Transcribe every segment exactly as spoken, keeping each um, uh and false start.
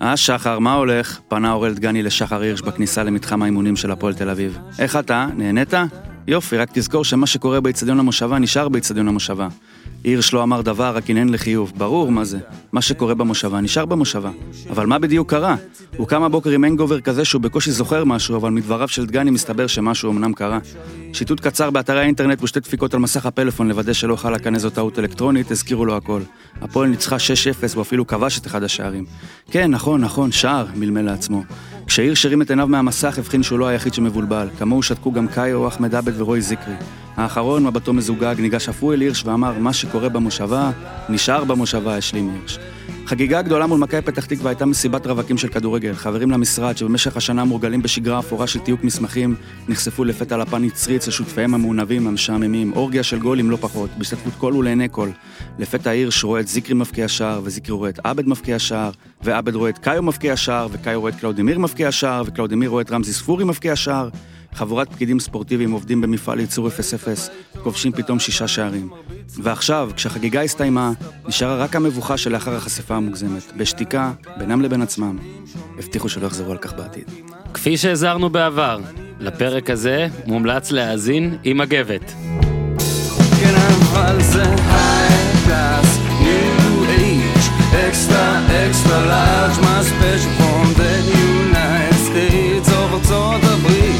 אה, שחר, מה הולך? פנה אורל דגני לשחר הירש בכניסה למתחם האימונים של הפועל תל אביב. איך אתה? נהנית? יופי, רק תזכור שמה שקורה באצטדיון המושבה נשאר באצטדיון המושבה. הירש לא אמר דבר, רק עינן לחיוב. ברור מה זה. מה שקורה במושבה נשאר במושבה. אבל מה בדיוק קרה? הוא קם הבוקר עם הנגובר כזה שהוא בקושי זוכר משהו, אבל מדבריו של דגני מסתבר שמשהו אמנם קרה. שיטוט קצר באתרי האינטרנט ושתי דפיקות על מסך הפלאפון לוודא שלא חלה כאן איזו טעות אלקטרונית, הזכירו לו הכל. הפועל ניצחה שש אפס ואפילו כבש את אחד השערים. כן, נכון, נכון, שער, מלמל לעצמו. כשהירש שרים את עיניו מהמסך, הבחין שהוא לא היחיד שמבולבל. כמוהו שתקו גם קאיו, אחמד עבד ורוי זיקרי. האחרון, מבטו מזוגג, ניגש אף הוא אל הירש ואמר, מה שקורה במושבה, נשאר במושבה, השלים הירש. חגיגה גדולה מול מכבי פתח תקווה הייתה מסיבת רווקים של כדורגל. חברים למשרד שבמשך השנה מורגלים בשגרה אפורה של תיוק מסמכים, נחשפו לפתע לפן יצריץ לשותפיהם המעונבים, המשעממים, אורגיה של גולים לא פחות, בהשתתפות כל ולעיני כל. לפתע הירש רואה את זיקרי מפקיע שער, וזיקרי רואה את עבד מפקיע שער, ועבד רואה את קאיו מפקיע שער, וקאיו רואה את קלאודימיר מפקיע שער, וקלאודימיר רואה את רמזי ספורי מפקיע שער. חבורת פקידים ספורטיביים עובדים במפעל ייצור אפס אפס, כובשים פתאום שישה שערים. ועכשיו, כשהחגיגה הסתיימה, נשארה רק המבוכה שלאחר החשיפה המוגזמת, בשתיקה, בינם לבין עצמם. הבטיחו שלא יחזרו על כך בעתיד. כפי שהזהרנו בעבר, לפרק הזה מומלץ להאזין עם מגבת. כן, אבל זה high class, new age, extra, extra large, my special from the United States of ארצות הברית.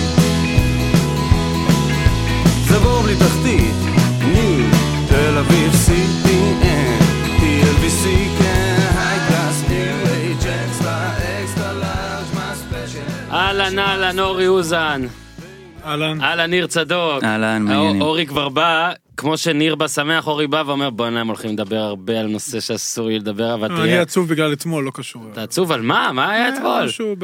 זה בור בלי תחתית, ניו, תל אביב, סי פי אן, טי אל בי סי, כן, high class, new age, extra, extra large, my special. אהלן, אהלן, אורי אוזן. אהלן. אהלן, ניר צדוק. אהלן, מעניינים. אורי כבר בא, כמו שניר בא שמח, אורי בא ואומר, בוא נהם הולכים לדבר הרבה על נושא שאסור לי לדבר, אבל תהיה... אני עצוב בגלל אתמול, לא קשור. אתה עצוב על מה? מה היה אתמול? משהו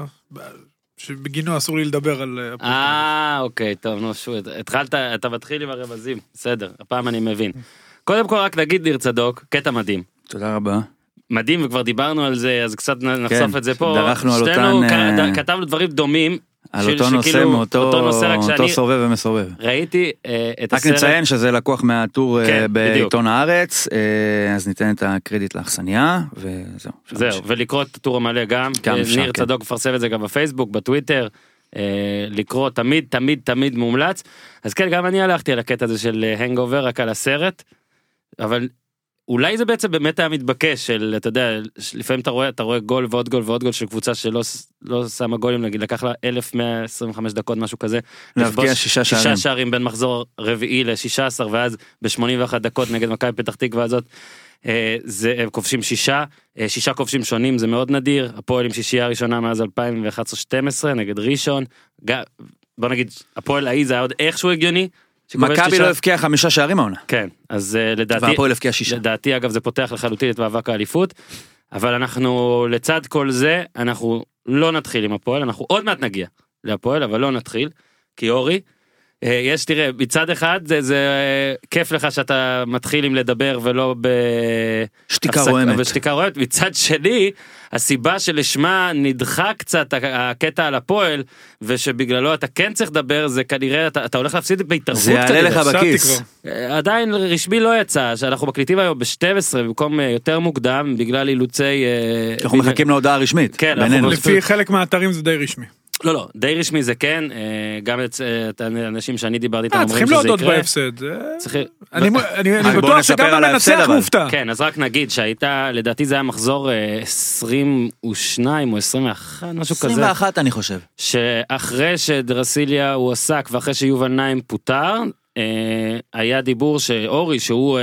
שבגינו אסור לי לדבר על... אה, אוקיי, טוב, נו, שו, התחלת, אתה מתחיל עם הרמזים, בסדר, הפעם אני מבין. קודם כל רק נגיד, ניר צדוק, קטע מדהים. תודה רבה. מדהים, וכבר דיברנו על זה, אז קצת נחשוף את זה פה. דרכנו על שתינו אותן... כתבנו דברים דומים. על אותו נושא, מאותו סובב ומסובב. ראיתי את הסרט. רק נציין שזה לקוח מהטור בעיתון הארץ, אז ניתן את הקרדיט לאכסניה, וזהו. זהו, ולקרוא את הטור המלא גם. ניר צדוק מפרסם את זה גם בפייסבוק, בטוויטר, לקרוא תמיד, תמיד, תמיד מומלץ. אז כן, גם אני הלכתי על הקטע הזה של הנגובר, רק על הסרט, אבל... אולי זה בעצם באמת היה מתבקש של, אתה יודע, לפעמים אתה רואה, אתה רואה גול ועוד גול ועוד גול של קבוצה שלא לא שמה גולים, נגיד, לקח לה אלף מאה עשרים וחמש דקות, משהו כזה. להבקיע שישה שערים. שישה שערים בין מחזור רביעי ל-שישה עשר, ואז ב-שמונים ואחת דקות נגד מכבי פתח תקווה הזאת, זה, הם כובשים שישה, שישה כובשים שונים, זה מאוד נדיר, הפועל עם שישייה הראשונה מאז אלפיים ואחת עשרה שתים עשרה, נגד ראשון, בוא נגיד, הפועל האי זה היה עוד איכשהו הגיוני, מכבי לא הבקיע חמישה שערים העונה. כן, אז לדעתי, והפועל הבקיע שישה. לדעתי אגב זה פותח לחלוטין את מאבק האליפות, אבל אנחנו לצד כל זה, אנחנו לא נתחיל עם הפועל, אנחנו עוד מעט נגיע להפועל, אבל לא נתחיל, כי אורי, יש, תראה, מצד אחד זה, זה כיף לך שאתה מתחיל עם לדבר ולא בשתיקה רועמת. בשתיקה רועמת. מצד שני, הסיבה שלשמה נדחה קצת הקטע על הפועל, ושבגללו אתה כן צריך לדבר, זה כנראה, אתה, אתה הולך להפסיד בהתערבות. זה יעלה לך בכיס. עדיין רשמי לא יצא, שאנחנו מקליטים היום ב-שתים עשרה, במקום יותר מוקדם, בגלל אילוצי... אנחנו מחכים להודעה רשמית. כן. לפי חלק מהאתרים זה די רשמי. לא, לא, די רשמי זה כן, גם את האנשים שאני דיברתי איתם אומרים שזה יקרה. צריכים להודות בהפסד. אני בטוח שגם המנצח מופתע. כן, אז רק נגיד שהייתה, לדעתי זה היה מחזור עשרים ושתיים או עשרים ואחת, משהו כזה. עשרים ואחת אני חושב. שאחרי שדרסיליה הוא עסק, ואחרי שיובל נעים פוטר, היה דיבור שאורי, שהוא...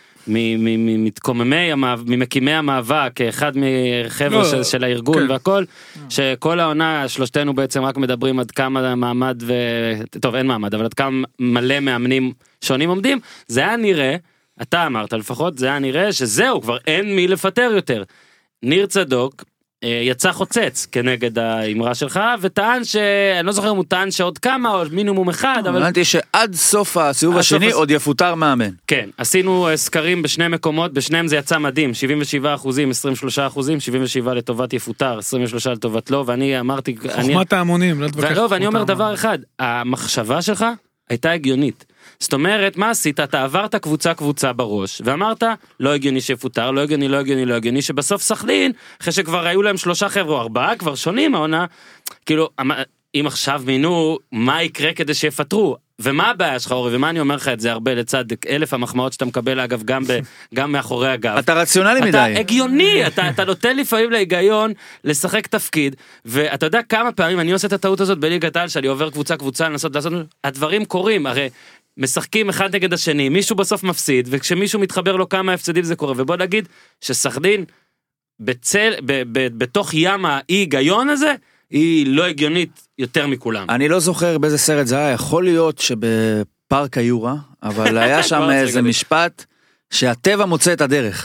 ממתקוממי, ממקימי המאבק, אחד מחבר'ה של הארגון והכל, שכל העונה, שלושתנו בעצם רק מדברים עד כמה מעמד, טוב אין מעמד, אבל עד כמה מלא מאמנים שונים עומדים, זה היה נראה, אתה אמרת לפחות, זה היה נראה שזהו, כבר אין מי לפטר יותר. ניר צדוק יצא חוצץ כנגד האמרה שלך, וטען ש... אני לא זוכר אם הוא טען שעוד כמה, או מינימום אחד, אבל... אמרתי שעד סוף הסיבוב השני עוד יפוטר מאמן. כן, עשינו סקרים בשני מקומות, בשניהם זה יצא מדהים, שבעים ושבעה אחוזים, עשרים ושלושה אחוזים, שבעים ושבעה לטובת יפוטר, עשרים ושלושה לטובת לא, ואני אמרתי... חוכמת ההמונים, לא תבקש. ואני אומר דבר אחד, המחשבה שלך הייתה הגיונית. זאת אומרת, מה עשית? אתה עברת קבוצה קבוצה בראש, ואמרת, לא הגיוני שיפוטר, לא הגיוני, לא הגיוני, לא הגיוני, שבסוף סכנין, אחרי שכבר היו להם שלושה חבר'ה או ארבעה, כבר שונים העונה, כאילו, אם עכשיו מינו, מה יקרה כדי שיפטרו? ומה הבעיה שלך, אורי? ומה אני אומר לך את זה הרבה לצד אלף המחמאות שאתה מקבל, אגב, גם, ב, גם מאחורי הגב. אתה רציונלי מדי. אתה הגיוני, אתה, אתה נותן לפעמים להיגיון, לשחק תפקיד, ואתה יודע כמה פעמים אני עושה את הטעות הזאת בליגת העל, שאני עובר קבוצה קבוצה, לנסות לעשות, הדברים קורים, הרי משחקים אחד נגד השני, מישהו בסוף מפסיד, וכשמישהו מתחבר לו כמה הפסדים זה קורה, ובוא נגיד שסכנין, בצל, ב, ב, בתוך ים האי-היגיון הזה, היא לא הגיונית יותר מכולם. אני לא זוכר באיזה סרט זה היה, יכול להיות שבפארק היורה, אבל היה שם איזה משפט, שהטבע מוצא את הדרך.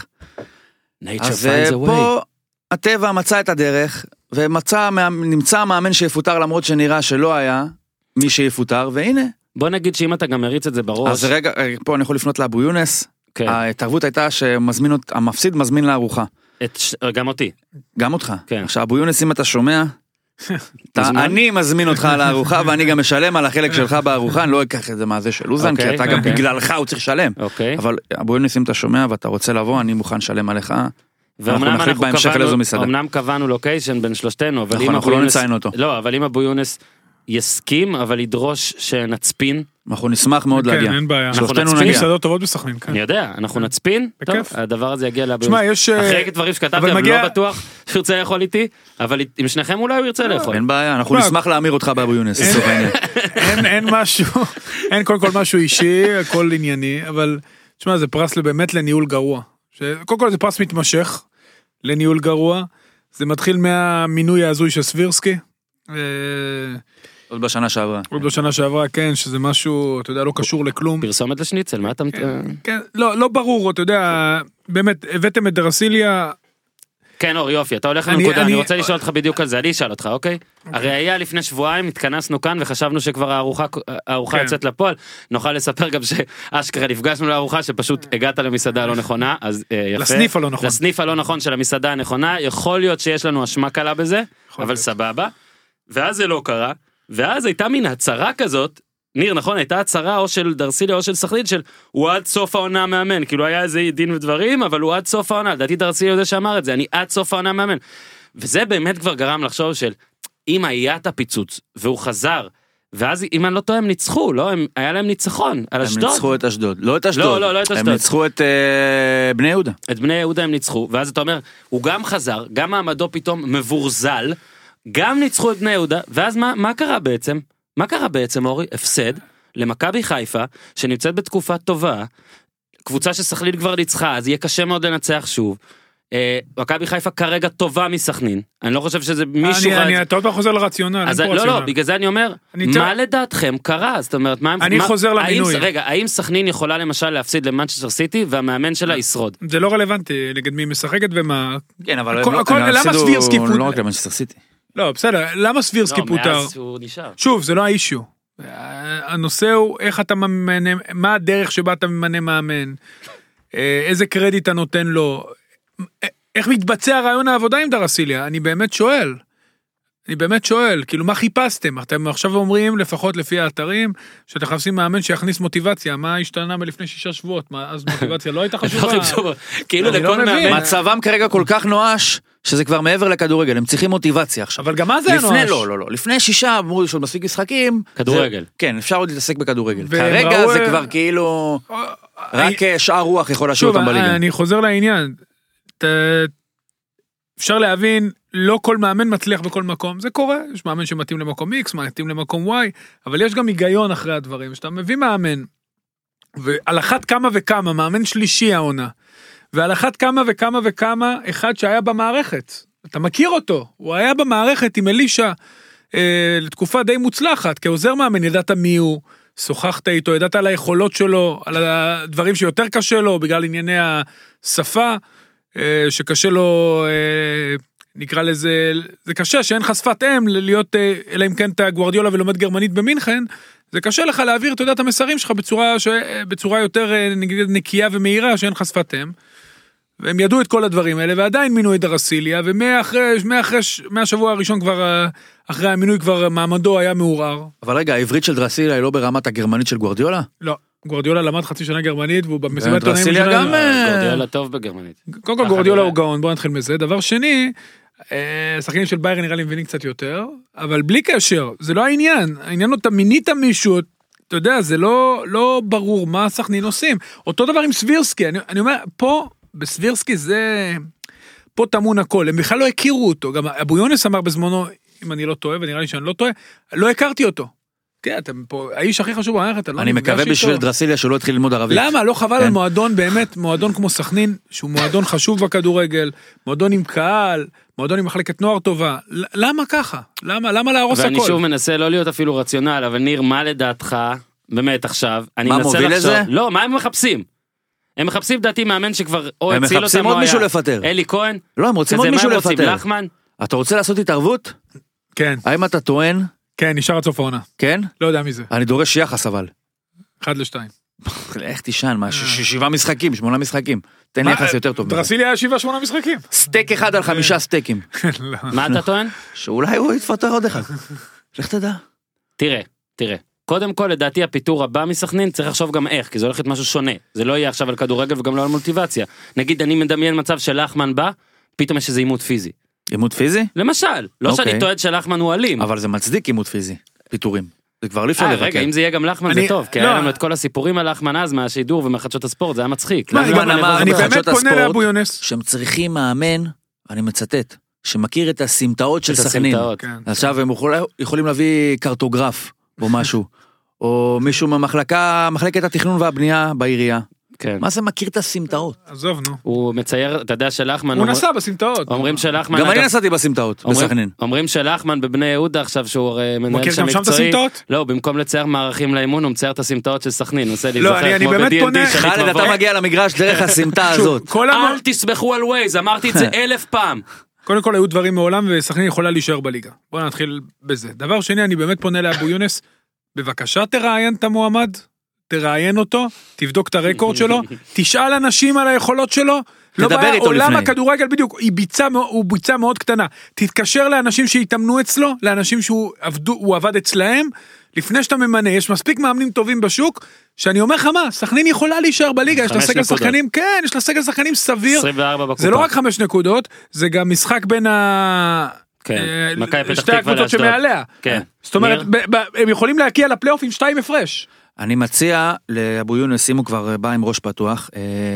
אז פה הטבע מצא את הדרך, ונמצא המאמן שיפוטר למרות שנראה שלא היה מי שיפוטר, והנה. בוא נגיד שאם אתה גם מריץ את זה בראש. אז רגע, פה אני יכול לפנות לאבו יונס, ההתערבות הייתה שהמפסיד מזמין לארוחה. גם אותי. גם אותך. עכשיו אבו יונס אם אתה שומע, אני מזמין אותך על הארוחה ואני גם משלם על החלק שלך בארוחה, אני לא אקח את זה מה זה של אוזן, כי אתה גם בגללך הוא צריך לשלם, אבל אבו יונס אם אתה שומע ואתה רוצה לבוא, אני מוכן לשלם עליך, ואנחנו נחליט בהמשך על איזו מסעדה. אמנם קבענו לוקיישן בין שלושתנו, אבל אנחנו לא נציין אותו. לא, אבל אם אבו יונס יסכים, אבל ידרוש שנצפין, אנחנו נשמח מאוד להגיע. כן, אין בעיה. שלושתנו נגיע. מסעדות טובות בסכנין, כן. אני יודע, אנחנו נצפין, טוב, הדבר הזה יגיע לאבו יונס. יש... אחרי דברים שכתבתי, אבל לא בטוח שירצה לאכול איתי, אבל עם שניכם אולי הוא ירצה לאכול. אין בעיה, אנחנו נשמח להמיר אותך באבו יונס. אין משהו, אין קודם כל משהו אישי, הכל ענייני, אבל, תשמע, זה פרס באמת לניהול גרוע. קודם כל זה פרס מתמשך לניהול גרוע, זה מתחיל מהמינוי ההזוי של סבירסקי, עוד בשנה שעברה. עוד בשנה שעברה, כן, שזה משהו, אתה יודע, לא קשור לכלום. פרסומת לשניצל, מה אתה... כן, לא, לא ברור, אתה יודע, באמת, הבאתם את דרסיליה... כן, אור, יופי, אתה הולך לנקודה, אני רוצה לשאול אותך בדיוק על זה, אני אשאל אותך, אוקיי? הרי היה לפני שבועיים, התכנסנו כאן וחשבנו שכבר הארוחה יוצאת לפועל, נוכל לספר גם שאשכרה נפגשנו לארוחה שפשוט הגעת למסעדה הלא נכונה, אז יפה. לסניף הלא נכון. לסניף הלא נכון של המסעדה הנכונה, יכול להיות שיש לנו אשמה קלה בזה, אבל סבבה. ואז זה לא קרה, ואז הייתה מין הצהרה כזאת, ניר, נכון, הייתה הצהרה או של דרסיליה או של סכנין, של הוא עד סוף העונה מאמן, כאילו היה איזה דין ודברים, אבל הוא עד סוף העונה, לדעתי דרסיליה יודע שאמר את זה, אני עד סוף העונה מאמן. וזה באמת כבר גרם לחשוב של, אם היה את הפיצוץ, והוא חזר, ואז אם אני לא טועה, הם ניצחו, לא? הם, היה להם ניצחון על אשדוד. הם ניצחו את אשדוד, לא את אשדוד. לא, לא, לא את אשדוד. הם ניצחו את uh, בני יהודה. את בני יהודה הם ניצחו, ואז אתה אומר, הוא גם חזר, גם מעמדו פתאום מבורזל, גם ניצחו את בני יהודה, ואז מה, מה קרה בעצם? מה קרה בעצם, אורי? הפסד למכבי חיפה, שנמצאת בתקופה טובה, קבוצה שסכנין כבר ניצחה, אז יהיה קשה מאוד לנצח שוב. אה, מכבי חיפה כרגע טובה מסכנין, אני לא חושב שזה מישהו... אני, אני, אתה עוד פעם חוזר לרציונל, אז לא, לא, בגלל זה אני אומר, מה צר... לדעתכם קרה? זאת אומרת, מה... אני מה, חוזר למינוי. האם, רגע, האם סכנין יכולה למשל להפסיד למנצ'סטר סיטי, והמאמן שלה ישרוד? זה לא רלוונטי, נגד מי משחקת ומה... כן, אבל הכל, הכל, למה סבירסקי פוטר? לא רק למנצ'סטר סיטי. לא, בסדר, למה סבירסקי לא, פוטר? מאז הוא נשאר. שוב, זה לא האישיו. הנושא הוא איך אתה ממנה, מה הדרך שבה אתה ממנה מאמן, איזה קרדיט אתה נותן לו, איך מתבצע רעיון העבודה עם דרסיליה, אני באמת שואל, אני באמת שואל, כאילו מה חיפשתם, אתם עכשיו אומרים לפחות לפי האתרים, שאתם חפשים מאמן שיכניס מוטיבציה, מה השתנה מלפני שישה שבועות, מה, אז מוטיבציה לא הייתה חשובה? כאילו לכל מאמן. מצבם כרגע כל כך נואש, שזה כבר מעבר לכדורגל, הם צריכים מוטיבציה עכשיו. אבל גם מה זה נואש? לא, לא, לא, לפני שישה, אמרו שעוד מספיק משחקים. כדורגל. כן, אפשר עוד להתעסק בכדורגל. כרגע זה כבר כאילו, רק שאר רוח יכול להשאיר אותם בליגה. אני חוזר לעניין, אפשר להבין, לא כל מאמן מצליח בכל מקום, זה קורה, יש מאמן שמתאים למקום X, מתאים למקום Y, אבל יש גם היגיון אחרי הדברים, שאתה מביא מאמן, ועל אחת כמה וכמה, מאמן שלישי העונה, ועל אחת כמה וכמה וכמה, אחד שהיה במערכת, אתה מכיר אותו, הוא היה במערכת עם אלישה, אה, לתקופה די מוצלחת, כעוזר מאמן, ידעת מי הוא, שוחחת איתו, ידעת על היכולות שלו, על הדברים שיותר קשה לו, בגלל ענייני השפה, אה, שקשה לו, אה, נקרא לזה, זה קשה שאין לך שפת אם, להיות, אה, אלא אם כן אתה גוארדיולה ולומד גרמנית במינכן, זה קשה לך להעביר, אתה יודע, את המסרים שלך בצורה, ש... בצורה יותר נקייה ומהירה, שאין לך שפת אם. והם ידעו את כל הדברים האלה, ועדיין מינו את דרסיליה, ומהשבוע הראשון כבר, אחרי המינוי כבר מעמדו היה מעורר. אבל רגע, העברית של דרסיליה היא לא ברמת הגרמנית של גוארדיולה? לא, גוארדיולה למד חצי שנה גרמנית, והוא במסיבת דרסיליה גם... גוארדיולה טוב בגרמנית. קודם כל גוארדיולה הוא גאון, בואו נתחיל מזה. דבר שני, שחקנים של ביירן נראה לי מבינים קצת יותר, אבל בלי קשר, זה לא העניין. העניין הוא, אתה מינית מישהו, אתה יודע, זה לא, לא ברור מה סכנין עושים. אותו דבר עם סבירסקי, אני, אני אומר, פה, בסבירסקי זה, פה תמון הכל, הם בכלל לא הכירו אותו, גם אבו יונס אמר בזמנו, אם אני לא טועה, ונראה לי שאני לא טועה, לא הכרתי אותו. כן, אתם פה, האיש הכי חשוב במערכת, אני מקווה בשביל דרסיליה שהוא לא התחיל ללמוד ערבית. למה? לא חבל על מועדון באמת, מועדון כמו סכנין, שהוא מועדון חשוב בכדורגל, מועדון עם קהל, מועדון עם מחלקת נוער טובה. למה ככה? למה? למה להרוס הכל? ואני שוב מנסה לא להיות אפילו רציונל, אבל ניר, מה לדעתך, באמת עכשיו, אני מה מנסה מוביל לחשוב, לזה? לא, מה הם מחפשים? הם מחפשים דעתי מאמן שכבר או הם הציל מחפשים אותם עוד או מישהו היה לפטר. אלי כהן, לא, הם רוצים כזה, עוד מישהו מה הם רוצים, לפטר. לחמן? אתה רוצה לעשות התערבות? כן, האם אתה טוען? כן, נשאר עד סוף העונה. כן? לא יודע מי זה. אני דורש יחס אבל. אחד לשתיים. איך תישן, מה, ש- ש- שבעה משחקים, שמונה משחקים. תן לי יחס יותר טוב. מזה. דרסיליה היה שבעה שמונה משחקים. סטייק אחד על חמישה סטייקים. לא. מה אתה טוען? שאולי הוא יתפטר עוד אחד. לך תדע. תראה, תראה. קודם כל, לדעתי, הפיתור הבא מסכנין, צריך לחשוב גם איך, כי זה הולך להיות משהו שונה. זה לא יהיה עכשיו על כדורגל וגם לא על מוטיבציה. נגיד, אני מדמיין מצב של לחמן בא, פתאום יש איזה עימות פיזי. עימות פיזי? למשל, לא אוקיי. שאני טועד שלחמן הוא אלים. אבל זה מצדיק עימות פיזי. פיטורים. זה כבר לא אפשר אה, לבקר. רגע, אם זה יהיה גם לחמן זה אני- טוב, כי לא. היה לנו את כל הסיפורים על לחמן אז מהשידור ומחדשות הספורט, זה היה מצחיק. מה, למה לחמן אני אמר לבוא- אני בחדשות באמת פונה הספורט, לאבו יונס. שהם צריכים מאמן, אני מצטט, שמכיר את הסמטאות של את סכנין. הסמטאות. כן. עכשיו הם יכול- יכולים להביא קרטוגרף או משהו, או מישהו מהמחלקה, מחלקת התכנון והבנייה בעירייה. כן. מה זה מכיר את הסמטאות? עזוב, נו. הוא מצייר, אתה יודע שלחמן, הוא אומר- נסע בסמטאות. אומרים שלחמן, גם אני אגב, נסעתי בסמטאות, אומרים- בסכנין. אומרים שלחמן בבני יהודה עכשיו שהוא הרי מנהל מכיר שם גם שם את מקצועי, הסמטאות? לא, במקום לצייר מערכים לאימון הוא מצייר את הסמטאות של סכנין, עושה לי לא, זוכר אני- אני כמו באמת ב-די אנד די פונה- של חאלד, אתה התמבוא. מגיע למגרש דרך הסמטה הזאת. שוב, כל המ- אל תסמכו על ווייז, אמרתי את זה אלף פעם. קודם כל היו דברים מעולם וסכנין יכולה להישאר בליגה. בוא נתחיל בזה. דבר שני, אני באמת פונה לאבו יונס, בבקשה תראיין את המועמד, תראיין אותו, תבדוק את הרקורד שלו, תשאל אנשים על היכולות שלו, לא תדבר בעיה, איתו עולם לפני. הכדורגל בדיוק, היא ביצה, מאו- הוא ביצה מאוד קטנה, תתקשר לאנשים שהתאמנו אצלו, לאנשים שהוא עבדו, הוא עבד אצלהם, לפני שאתה ממנה, יש מספיק מאמנים טובים בשוק, שאני אומר לך מה, סכנין יכולה להישאר בליגה, יש לה חמש סגל נקודות. שחקנים, כן, יש לה סגל שחקנים סביר, עשרים וארבע בקופה. זה לא רק חמש נקודות, זה גם משחק בין ה... כן, אה, מכבי פתח שתי תקווה הקבוצות לאשדוד. שמעליה. כן. זאת אומרת, ניר? ב- ב- הם יכולים להגיע לפלייאוף עם שתיים הפרש. אני מציע לאבו יונס, אם הוא כבר בא עם ראש פתוח,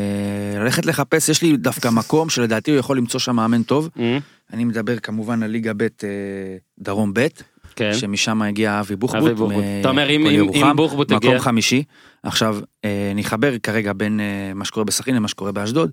אה, ללכת לחפש, יש לי דווקא מקום שלדעתי הוא יכול למצוא שם מאמן טוב. אה, אני מדבר כמובן על ליגה ב' אה, דרום ב', כן. שמשם הגיע אבי בוחבוט. אבי בוחבוט. מ- אתה אומר, אם- הפועל אם- ירוחם, אם בוחבוט הגיע- מקום חמישי. עכשיו, אה, נחבר כרגע בין אה, מה שקורה בסכנין למה שקורה באשדוד,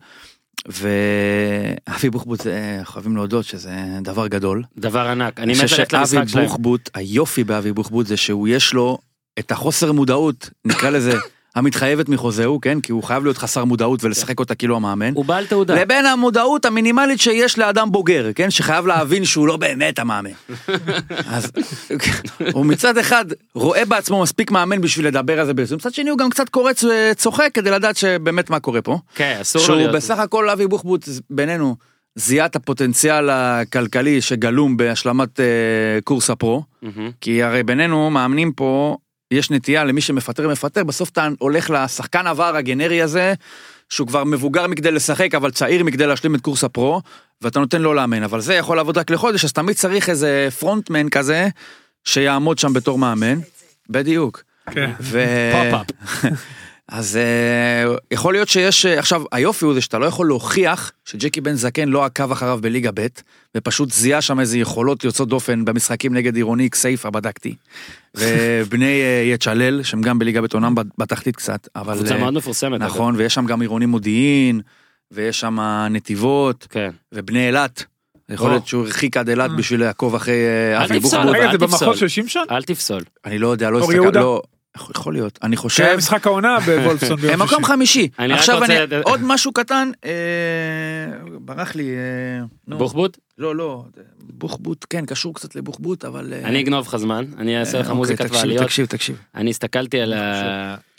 ואבי בוחבוט, אה, חייבים להודות שזה דבר גדול. דבר ענק. אני אני מת חושב ללכת למשחק שאבי שלהם. בוחבוט, היופי באבי בוחבוט זה שהוא יש לו את החוסר מודעות, נקרא לזה המתחייבת מחוזהו, כן? כי הוא חייב להיות חסר מודעות ולשחק אותה כאילו המאמן. הוא בעל תעודה. לבין המודעות המינימלית שיש לאדם בוגר, כן? שחייב להבין שהוא לא באמת המאמן. אז הוא מצד אחד רואה בעצמו מספיק מאמן בשביל לדבר על זה ברצינות, מצד שני הוא גם קצת קורץ וצוחק כדי לדעת שבאמת מה קורה פה. כן, אסור לו שהוא להיות. בסך הכל אבי בוחבוט בינינו זיהה את הפוטנציאל הכלכלי שגלום בהשלמת אה, קורס הפרו, מהמם. כי הרי בינינו מאמנים פה, יש נטייה למי שמפטר מפטר, בסוף אתה הולך לשחקן עבר הגנרי הזה, שהוא כבר מבוגר מכדי לשחק, אבל צעיר מכדי להשלים את קורס הפרו, ואתה נותן לו לאמן, אבל זה יכול לעבוד רק לחודש, אז תמיד צריך איזה פרונטמן כזה, שיעמוד שם בתור מאמן, בדיוק. כן. ו... פופ-אפ. אז uh, יכול להיות שיש, uh, עכשיו היופי הוא זה שאתה לא יכול להוכיח שג'קי בן זקן לא עקב אחריו בליגה ב' ופשוט זיהה שם איזה יכולות יוצאות דופן במשחקים נגד עירוני כסייפה בדקתי, ובני uh, יצ'לל שהם גם בליגה ב' עונם בתחתית קצת, אבל קבוצה uh, מאוד מפורסמת. נכון, ויש שם גם עירוני מודיעין, ויש שם נתיבות, כן. ובני אלת, יכול או. להיות שהוא הרחיק עד אלת בשביל לעקוב אחרי uh, אל אבי תפסול, בוחבוט. אבל רגע, אל זה תפסול. במחוז של שמשון? אל תפסול. אני לא יודע, לא אור הסתכל, יהודה? לא, יכול להיות, אני חושב, שהיה משחק העונה בוולפסון ביום הם מקום שישי. חמישי. אני רק עכשיו רוצה- אני, עוד משהו קטן, אה, ברח לי, אה, נו. בוחבוט? לא, לא, בוחבוט, כן, קשור קצת לבוחבוט, אבל... אה, אני אגנוב לך זמן, אני אעשה לך אוקיי, מוזיקת תקשיב, ועליות. תקשיב, תקשיב. אני הסתכלתי על ה...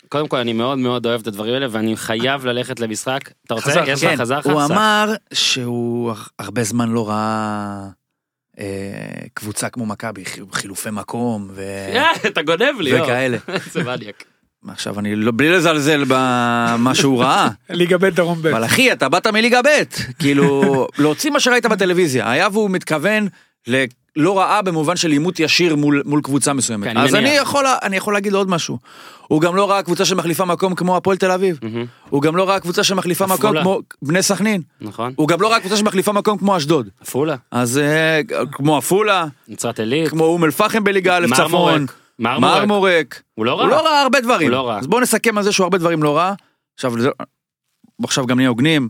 קודם כל אני מאוד מאוד אוהב את הדברים האלה, ואני חייב ללכת למשחק. אתה רוצה? חזר, יש כן. לך חזר? הוא חסר. אמר שהוא הרבה זמן לא ראה אה, קבוצה כמו מכבי, חילופי מקום ו... אתה גונב לי, וכאלה. זה מניאק. עכשיו אני לא, בלי לזלזל במה שהוא ראה. ליגה ב' דרום ב'. אבל אחי, אתה באת מליגה ב', כאילו, להוציא מה שראית בטלוויזיה, היה והוא מתכוון ל... לא ראה במובן של עימות ישיר מול, מול קבוצה מסוימת. כן, אז אני אני יכול, אני יכול להגיד עוד משהו. הוא גם לא ראה קבוצה שמחליפה מקום כמו הפועל תל אביב. מהמם. הוא גם לא ראה קבוצה שמחליפה מקום עפולה. כמו בני סכנין. נכון. הוא גם לא ראה קבוצה שמחליפה מקום כמו אשדוד. עפולה. אז אה, כמו עפולה, נצרת עילית. כמו אום אל פחם בליגה א' צפון. מרמורק. מרמורק. מרמורק. הוא לא ראה. הוא לא ראה הרבה דברים. הוא לא ראה. אז בואו נסכם על זה שהוא הרבה דברים לא ראה. עכשיו, עכשיו גם נהיה הוגנים.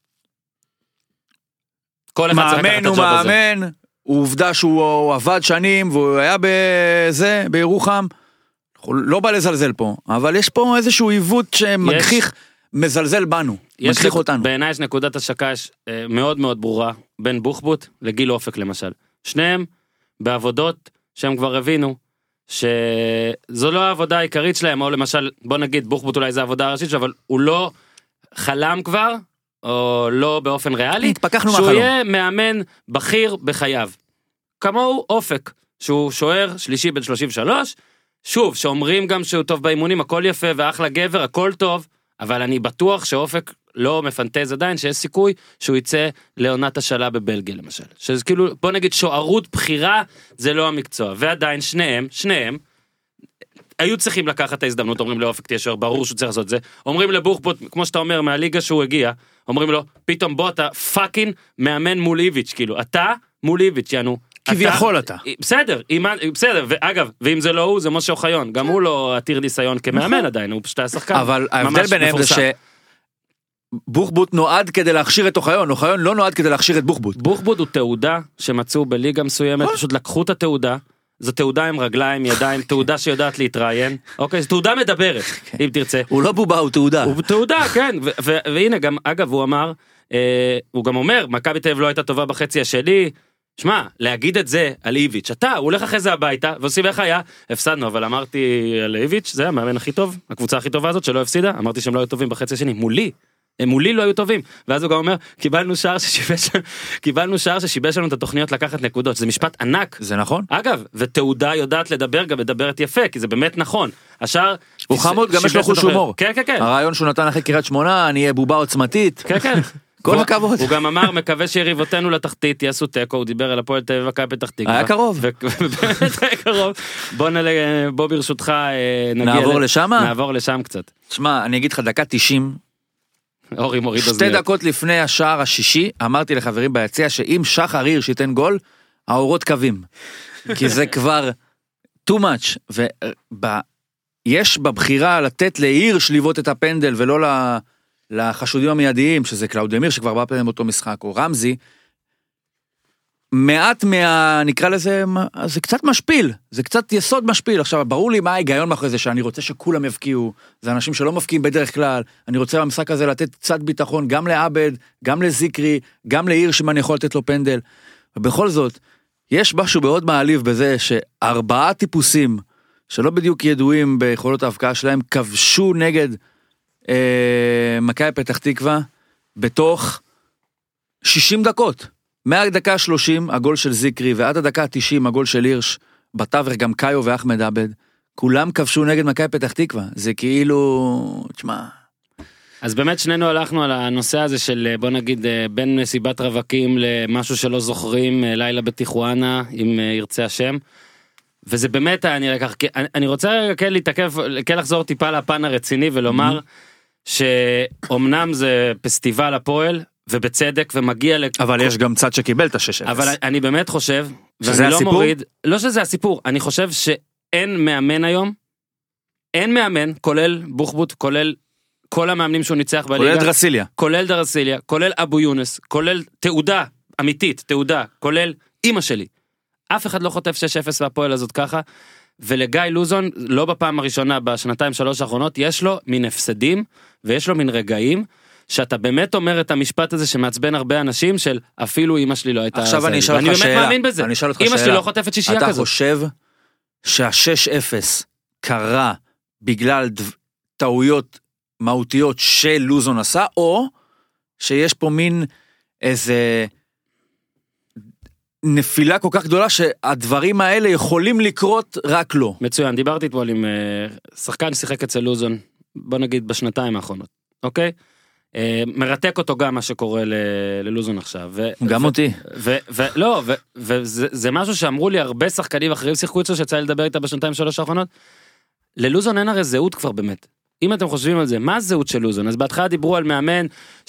כל אחד צריך לקחת מאמן את הוא הג'וב הזה. מאמן, הוא עובדה שהוא עבד שנים, והוא היה בזה, בירוחם, לא בא לזלזל פה, אבל יש פה איזשהו עיוות שמגחיך, מזלזל בנו, יש מגחיך נק- אותנו. בעיניי יש נקודת השקה ש- אה, מאוד מאוד ברורה, בין בוחבוט לגיל אופק למשל. שניהם בעבודות שהם כבר הבינו, שזו לא העבודה העיקרית שלהם, או למשל, בוא נגיד, בוחבוט אולי זה העבודה הראשית שלו, אבל הוא לא חלם כבר, או לא באופן ריאלי, התפכחנו שהוא מהחלום. יהיה מאמן בכיר בחייו. כמוהו אופק, שהוא שוער שלישי בן שלושים ושלוש, שוב, שאומרים גם שהוא טוב באימונים, הכל יפה ואחלה גבר, הכל טוב, אבל אני בטוח שאופק לא מפנטז עדיין, שיש סיכוי שהוא יצא לעונת השאלה בבלגיה למשל. שזה כאילו, בוא נגיד, שוערות בחירה זה לא המקצוע, ועדיין שניהם, שניהם, היו צריכים לקחת את ההזדמנות, אומרים לאופק תהיה שוער, ברור שהוא צריך לעשות את זה, אומרים לבוחבוט, כמו שאתה אומר, מהליגה שהוא הגיע, אומרים לו, פתאום בוא אתה פאקינג מאמן מול איביץ', כאילו, אתה מול איביץ', יענו, כביכול אתה. בסדר, בסדר, ואגב, ואם זה לא הוא, זה משה אוחיון, גם הוא לא עתיר ניסיון כמאמן עדיין, הוא פשוט היה שחקן. אבל ההבדל ביניהם זה שבוחבוט נועד כדי להכשיר את אוחיון, אוחיון לא נועד כדי להכשיר את בוחבוט. בוחבוט הוא תעודה שמצאו בליגה מסוימת, פשוט לקחו את התעודה, זו תעודה עם רגליים, ידיים, תעודה שיודעת להתראיין, אוקיי, זו תעודה מדברת, אם תרצה. הוא לא בובה, הוא תעודה. הוא תעודה, כן, ו- ו- והנה גם, אגב, הוא אמר, אה, הוא גם אומר, מכבי תל אביב לא הייתה טובה בחצי השני, שמע, להגיד את זה על איביץ', אתה, הוא הולך אחרי זה הביתה, ועושים איך היה, הפסדנו, אבל אמרתי על איביץ', זה המאמן הכי טוב, הקבוצה הכי טובה הזאת שלא הפסידה, אמרתי שהם לא היו טובים בחצי השני, מולי, הם מולי לא היו טובים, ואז הוא גם אומר, קיבלנו שער ששיבש, קיבלנו שער ששיבש לנו את התוכניות לקחת נקודות, זה משפט ענק. זה נכון? אגב, ותעודה יודעת לדבר, גם מדברת יפה, כי זה באמת נכון. השער... הוא חמוד, גם יש לו חוש הומור. כן, כן, כן. הרעיון שהוא נתן אחרי קריית שמונה, אני אהיה בובה עוצמתית. כן, כן. כל הכבוד. הוא גם אמר, מקווה שיריבותינו לתחתית יעשו תיקו, הוא דיבר על הפועל תל אביב מכבי פתח תקווה. היה קרוב. באמת היה קרוב. בוא נעלה, בוא ברשותך נגיע... נעבור לשם? נעבור לשם קצת. שמע, אני אגיד לך, דקה תשעים, אורי מוריד שתי אוזניות. דקות לפני השער השישי, אמרתי לחברים ביציע שאם שחר הירש ייתן גול, האורות קווים. כי זה כבר too much. ויש בבחירה לתת להירש לבעוט את הפנדל ולא לחשודים המיידיים, שזה קלאודמיר שכבר בא פעמים באותו משחק, או רמזי, מעט מה, נקרא לזה, זה קצת משפיל, זה קצת יסוד משפיל. עכשיו, ברור לי מה ההיגיון מאחורי זה, שאני רוצה שכולם יבקיעו, זה אנשים שלא מבקיעים בדרך כלל, אני רוצה במשחק הזה לתת קצת ביטחון, גם לעבד, גם לזיקרי, גם להירש, אם אני יכול לתת לו פנדל, ובכל זאת, יש משהו מאוד מעליב בזה, שארבעה טיפוסים, שלא בדיוק ידועים ביכולות ההבקעה שלהם, כבשו נגד אה, מכבי פתח תקווה, בתוך שישים דקות. מהדקה שלושים הגול של זיקרי ועד הדקה תשעים הגול של הירש, בתווך גם קאיו ואחמד עבד, כולם כבשו נגד מכבי פתח תקווה, זה כאילו, תשמע. אז באמת שנינו הלכנו על הנושא הזה של בוא נגיד בין מסיבת רווקים למשהו שלא זוכרים, לילה בטיחואנה אם ירצה השם, וזה באמת אני לקח, אני רוצה כן להתעכב, כן לחזור טיפה לפן הרציני ולומר שאומנם זה פסטיבל הפועל, ובצדק, ומגיע ל... אבל יש גם צד שקיבל את השש אפס. אבל אני באמת חושב, שזה ואני לא הסיפור? מוריד, לא שזה הסיפור, אני חושב שאין מאמן היום, אין מאמן, כולל בוחבוט, כולל כל המאמנים שהוא ניצח בליגה, כולל דרסיליה. כולל דרסיליה, כולל אבו יונס, כולל תעודה אמיתית, תעודה, כולל אמא שלי. אף אחד לא חוטף שש אפס והפועל הזאת ככה, ולגיא לוזון, לא בפעם הראשונה, בשנתיים שלוש האחרונות, יש לו מין הפסדים, ויש לו מין רגעים, שאתה באמת אומר את המשפט הזה שמעצבן הרבה אנשים של אפילו אמא שלי לא הייתה... עכשיו אני אשאל אותך שאלה. אני באמת מאמין בזה. אני אשאל אותך שאלה. אמא שלי לא חוטפת שישייה כזאת. אתה חושב שהשש אפס קרה בגלל טעויות מהותיות של לוזון עשה, או שיש פה מין איזה נפילה כל כך גדולה שהדברים האלה יכולים לקרות רק לא. מצוין, דיברתי אתמול עם שחקן שיחק אצל לוזון, בוא נגיד בשנתיים האחרונות, אוקיי? מרתק אותו גם מה שקורה ללוזון עכשיו. גם אותי. לא, וזה משהו שאמרו לי הרבה שחקנים אחרים שיחקו אצלו שיצא לי לדבר איתה בשנתיים שלוש האחרונות. ללוזון אין הרי זהות כבר באמת. אם אתם חושבים על זה, מה הזהות של לוזון? אז בהתחלה דיברו על מאמן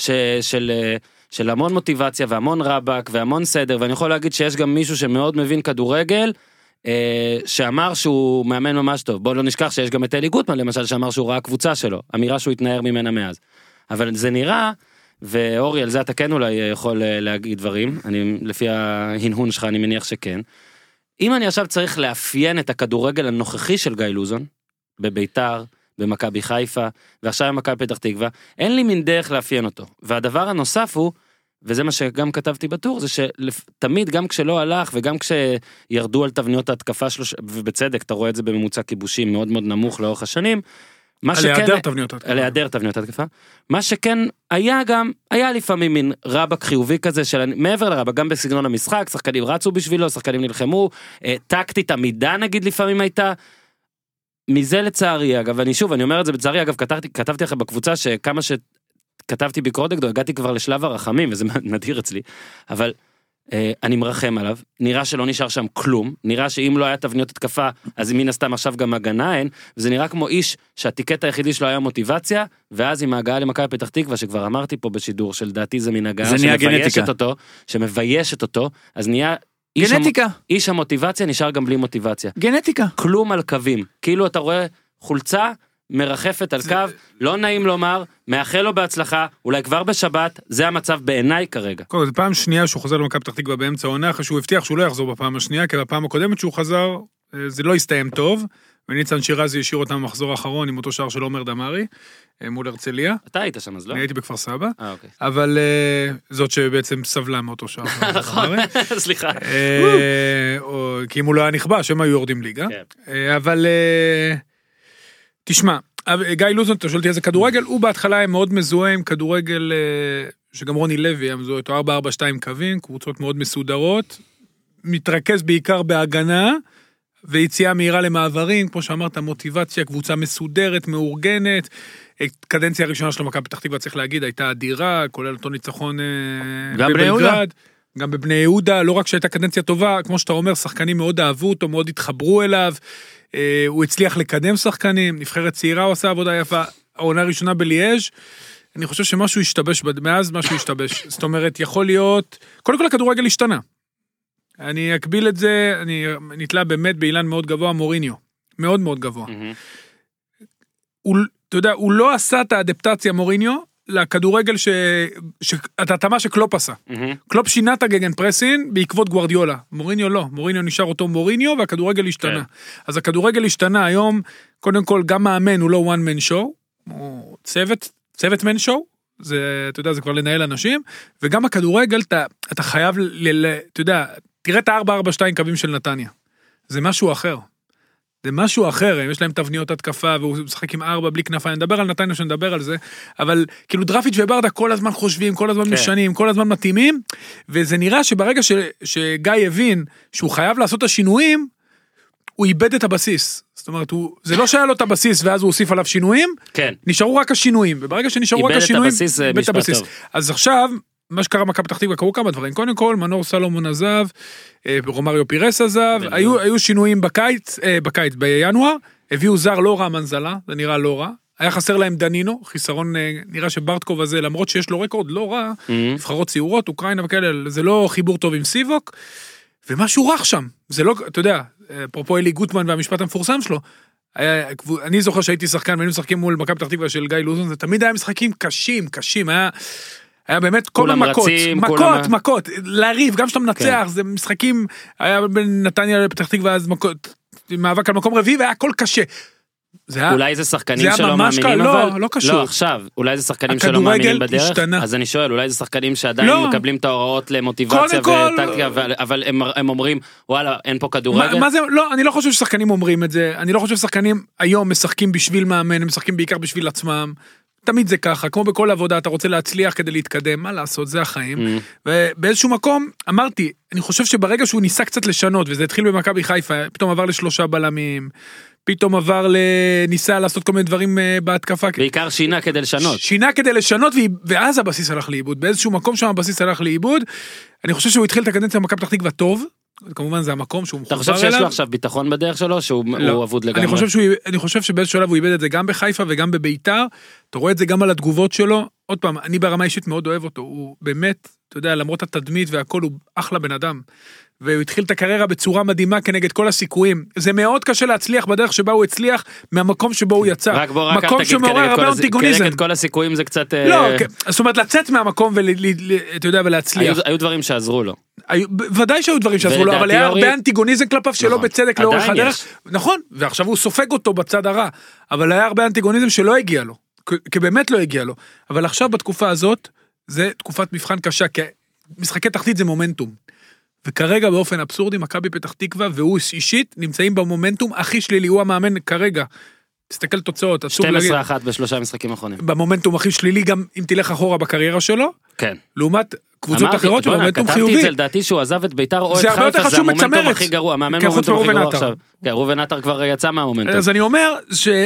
של המון מוטיבציה והמון רבק והמון סדר, ואני יכול להגיד שיש גם מישהו שמאוד מבין כדורגל, שאמר שהוא מאמן ממש טוב. בואו לא נשכח שיש גם את אלי גוטמן למשל שאמר שהוא ראה קבוצה שלו, אמירה שהוא התנער ממנה מאז. אבל זה נראה, ואורי על זה אתה כן אולי יכול להגיד דברים, אני, לפי ההנהון שלך אני מניח שכן. אם אני עכשיו צריך לאפיין את הכדורגל הנוכחי של גיא לוזון, בביתר, במכבי חיפה, ועכשיו במכבי פתח תקווה, אין לי מין דרך לאפיין אותו. והדבר הנוסף הוא, וזה מה שגם כתבתי בטור, זה שתמיד גם כשלא הלך, וגם כשירדו על תבניות ההתקפה שלו, ובצדק אתה רואה את זה בממוצע כיבושים מאוד מאוד נמוך לאורך השנים, על היעדר תבניות התקפה. על היעדר תבניות התקפה. מה שכן היה גם, היה לפעמים מין רבק חיובי כזה, של, מעבר לרבק, גם בסגנון המשחק, שחקנים רצו בשבילו, שחקנים נלחמו, טקטית עמידה נגיד לפעמים הייתה, מזה לצערי, אגב, אני שוב, אני אומר את זה בצערי, אגב, כתבתי, כתבתי לכם בקבוצה שכמה שכתבתי ביקורת נגדו, הגעתי כבר לשלב הרחמים, וזה נדיר אצלי, אבל אה, אני מרחם עליו, נראה שלא נשאר שם כלום, נראה שאם לא היה תבניות התקפה, אז מן הסתם עכשיו גם הגנה אין, וזה נראה כמו איש שהטיקט היחידי שלו היה מוטיבציה, ואז עם ההגעה למכבי פתח תקווה, שכבר אמרתי פה בשידור, שלדעתי זה מן הגעה שמביישת אותו, שמביישת אותו, אז נהיה גנטיקה. איש המוטיבציה נשאר גם בלי מוטיבציה. גנטיקה. כלום על קווים. כאילו אתה רואה חולצה מרחפת על קו, לא נעים לומר, מאחל לו בהצלחה, אולי כבר בשבת, זה המצב בעיניי כרגע. זו פעם שנייה שהוא חוזר למכבי פתח תקווה באמצע העונה, אחרי שהוא הבטיח שהוא לא יחזור בפעם השנייה, כי בפעם הקודמת שהוא חזר, זה לא הסתיים טוב, וניצן שירזי השאיר אותם במחזור האחרון עם אותו שער של עומר דמרי, מול הרצליה. אתה היית שם אז לא? אני הייתי בכפר סבא, אה, אוקיי. אבל זאת שבעצם סבלה מאותו שער. נכון, סליחה. כי אם הוא לא היה נכבש, הם היו יורדים ליגה. אבל תשמע, גיא לוזון, אתה שואלתי איזה כדורגל, הוא בהתחלה היה מאוד מזוהה עם כדורגל, שגם רוני לוי היה מזוהה איתו, ארבע ארבע שתיים קווים, קבוצות מאוד מסודרות, מתרכז בעיקר בהגנה, ויציאה מהירה למעברים, כמו שאמרת, מוטיבציה, קבוצה מסודרת, מאורגנת, קדנציה הראשונה של מכבי פתח תקווה, צריך להגיד, הייתה אדירה, כולל אותו ניצחון בבלגרד, גם בבני יהודה, לא רק שהייתה קדנציה טובה, כמו שאתה אומר, שחקנים מאוד אהבו אותו, מאוד התחברו אליו, הוא הצליח לקדם שחקנים, נבחרת צעירה, הוא עשה עבודה יפה, העונה הראשונה בליאז', אני חושב שמשהו השתבש, מאז משהו השתבש, זאת אומרת, יכול להיות, קודם כל הכדורגל השתנה, אני אקביל את זה, אני נתלה באמת באילן מאוד גבוה, מוריניו, מאוד מאוד גבוה. הוא, אתה יודע, הוא לא עשה את האדפטציה מוריניו, לכדורגל ש... את התאמה שקלופ עשה. קלופ שינה את הגגן פרסין בעקבות גוארדיולה. מוריניו לא, מוריניו נשאר אותו מוריניו, והכדורגל השתנה. אז הכדורגל השתנה היום, קודם כל גם מאמן הוא לא one man show, הוא צוות, צוות man show, זה, אתה יודע, זה כבר לנהל אנשים, וגם הכדורגל, אתה, אתה חייב, ל, אתה יודע, תראה את ה-ארבע ארבע שתיים קווים של נתניה. זה משהו אחר. זה משהו אחר, יש להם תבניות התקפה, והוא משחק עם ארבע בלי כנפיים, נדבר על נתניה שנדבר על זה, אבל כאילו דרפיץ' וברדה כל הזמן חושבים, כל הזמן משנים, כל הזמן מתאימים, וזה נראה שברגע ש, שגיא הבין שהוא חייב לעשות את השינויים, הוא איבד את הבסיס. זאת אומרת, הוא, זה לא שהיה לו את הבסיס, ואז הוא הוסיף עליו שינויים, כן. נשארו רק השינויים, וברגע שנשארו רק השינויים, איבד את הבסיס. אז עכשיו, מה שקרה מכבי פתח תקווה, קרו כמה דברים. קודם כל, מנור סלומון עזב, רומריו פירס עזב, היו, היו שינויים בקיץ, בקיץ, בינואר, הביאו זר לא רע מנזלה, זה נראה לא רע, היה חסר להם דנינו, חיסרון, נראה שברטקוב הזה, למרות שיש לו רקורד לא רע, נבחרות צעירות, אוקראינה וכאלה, זה לא חיבור טוב עם סיבוק, ומשהו רך שם, זה לא, אתה יודע, אפרופו אלי גוטמן והמשפט המפורסם שלו, היה, אני זוכר שהייתי שחקן, והיינו משחקים מול מכבי פתח תקווה של גיא לוזון, זה תמיד היה משחקים קשים, קשים, היה היה באמת כל המכות, מכות, מכות, להריב, גם שאתה מנצח, זה משחקים, היה בין נתניה לפתח תקווה, אז מכות, מאבק על מקום רביעי, והיה הכל קשה. אולי זה שחקנים זה שלא ממש מאמינים, לא, אבל... לא קשור. לא, עכשיו, אולי זה שחקנים שלא מאמינים בדרך, השתנה. אז אני שואל, אולי זה שחקנים שעדיין לא. מקבלים את ההוראות למוטיבציה כל... וטקטיקה, אבל, אבל הם, הם אומרים, וואלה, אין פה כדורגל. מה, מה זה, לא, אני לא חושב ששחקנים אומרים את זה, אני לא חושב ששחקנים היום משחקים בשביל מאמן, הם משחקים בעיקר בשביל עצמם, תמיד זה ככה, כמו בכל עבודה, אתה רוצה להצליח כדי להתקדם, מה לעשות, זה החיים, mm. ובאיזשהו מקום, אמרתי, אני חושב שברגע שהוא ניסה קצת לשנות, וזה התחיל במכבי חיפה, פתאום עבר לשלושה בלמים, פתאום עבר לניסה לעשות כל מיני דברים בהתקפה. בעיקר שינה כדי לשנות. שינה כדי לשנות, ואז הבסיס הלך לאיבוד, באיזשהו מקום שם הבסיס הלך לאיבוד, אני חושב שהוא התחיל את הקדנציה במכבי פתח תקווה טוב, כמובן זה המקום שהוא מחובר אליו. אתה חושב שיש לו עכשיו ביטחון בדרך שלו, שהוא אבוד לגמרי? אני חושב שהוא, אני חושב שבאיזשהו שלב הוא איבד את זה גם בחיפה וגם בביתר, אתה רואה את זה גם על התגובות שלו, עוד פעם, אני ברמה אישית מאוד אוהב אותו, הוא באמת, אתה יודע, למרות התדמית והכל, הוא אחלה בן אדם, והוא התחיל את הקריירה בצורה מדהימה כנגד כל הסיכויים, זה מאוד קשה להצליח בדרך שבה הוא הצליח, מהמקום שבו הוא יצא, רק בוא, רק מקום שמעורר הרבה אנטיגוניזם. כנגד כל הסיכויים זה קצת... לא, זאת אומרת, לצאת מהמקום ואתה יודע, ולהצליח. היו דברים שעזרו לו. ודאי שהיו דברים שעזרו לו, אבל היה הרבה אנטיגוניזם כלפיו שלא בצדק לאורך הדרך. נכון, ועכשיו הוא סופג אותו בצד הרע, אבל היה הרבה אנטיגוניזם שלא הגיע לו, כי באמת לא הגיע לו. אבל עכשיו בתקופה הזאת, זה תקופת מבחן קשה, כי משחקי תחתית זה מומנטום. וכרגע באופן אבסורדי, מכבי פתח תקווה והוא אישית נמצאים במומנטום הכי שלילי, הוא המאמן כרגע. תסתכל תוצאות, שתים עשרה אחת בשלושה משחקים האחרונים. במומנטום הכי שלילי, גם אם תלך אחורה בקריירה שלו, כן. לעומת קבוצות אחרות שלו, במומנטום חיובי. כתבתי את זה לדעתי שהוא עזב את ביתר או את חיפה, זה המומנטום הכי גרוע, המאמן מומנטום הכי גרוע עכשיו. כן, ראובן עטר כבר יצא מהמומנטום. אז אני אומר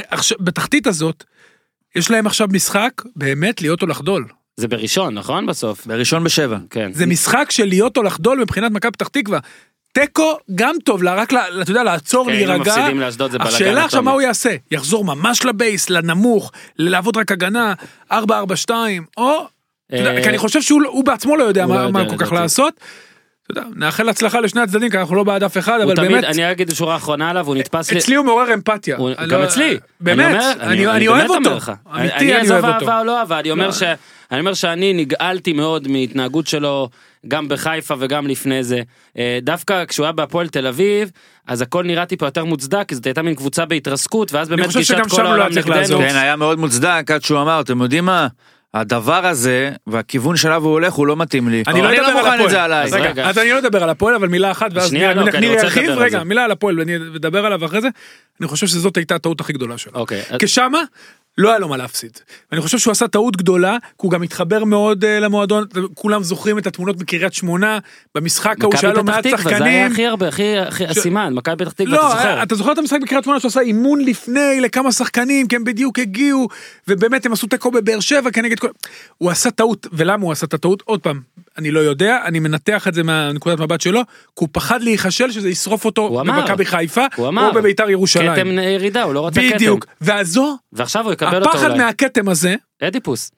שבתחתית הזאת, יש להם עכשיו משחק באמת להיות או לחדול. זה בראשון, נכון בסוף? בראשון בשבע. כן. זה משחק של להיות או לחדול מבחינת מכבי פתח תקווה. תיקו גם טוב, לה, רק, לה, אתה יודע, לעצור, להירגע. השאלה עכשיו מה הוא יעשה? יחזור ממש לבייס, לנמוך, לעבוד רק הגנה, ארבע ארבע שתיים, או, כי אני חושב שהוא בעצמו לא יודע מה כל כך לעשות. אתה יודע, נאחל הצלחה לשני הצדדים, כי אנחנו לא בעד אף אחד, אבל באמת... אני אגיד שורה האחרונה עליו, הוא נתפס לי... אצלי הוא מעורר אמפתיה. גם אצלי. באמת, אני אוהב אותו. אני אעזוב אהבה או לא אהבה, אני אומר ש... אני אומר שאני נגעלתי מאוד מהתנהגות שלו, גם בחיפה וגם לפני זה. דווקא כשהוא היה בהפועל תל אביב, אז הכל נראה טיפה יותר מוצדק, כי זאת הייתה מין קבוצה בהתרסקות, ואז באמת גישת כל העולם נגדנו. כן, היה מאוד מוצדק, עד שהוא אמר, אתם יודעים מה? הדבר הזה, והכיוון שלו הוא הולך, הוא לא מתאים לי. אני לא לא מוכן את זה עליי. אז אני לא אדבר על הפועל, אבל מילה אחת, ואז ניר ירחיב, רגע, מילה על הפועל, ואני אדבר עליו אחרי זה. אני חושב שזאת הייתה הטעות הכי גדולה שלו. כשמה, לא היה לו מה להפסיד. ואני חושב שהוא עשה טעות גדולה, כי הוא גם התחבר מאוד uh, למועדון, כולם זוכרים את התמונות מקריית שמונה, במשחק ההוא שהיה לו מעט שחקנים. זה היה הכי הרבה, הכי, הכי ש... הסימן, מכבי פתח תקווה, לא, אתה זוכר. אתה זוכר את המשחק בקריית שמונה שהוא עשה אימון לפני לכמה שחקנים, כי הם בדיוק הגיעו, ובאמת הם עשו תיקו בבאר שבע כנגד כל... הוא עשה טעות, ולמה הוא עשה את הטעות? עוד פעם, אני לא יודע, אני מנתח את זה מהנקודת מבט שלו, כי הוא פחד להיחשל שזה ישרוף אותו במכבי חיפה, או בביתר ירושלים. כתם ירידה, הוא לא רצה כתם. בדיוק, והזו, ועכשיו הוא יקבל אותו הפחד מהכתם הזה, אדיפוס.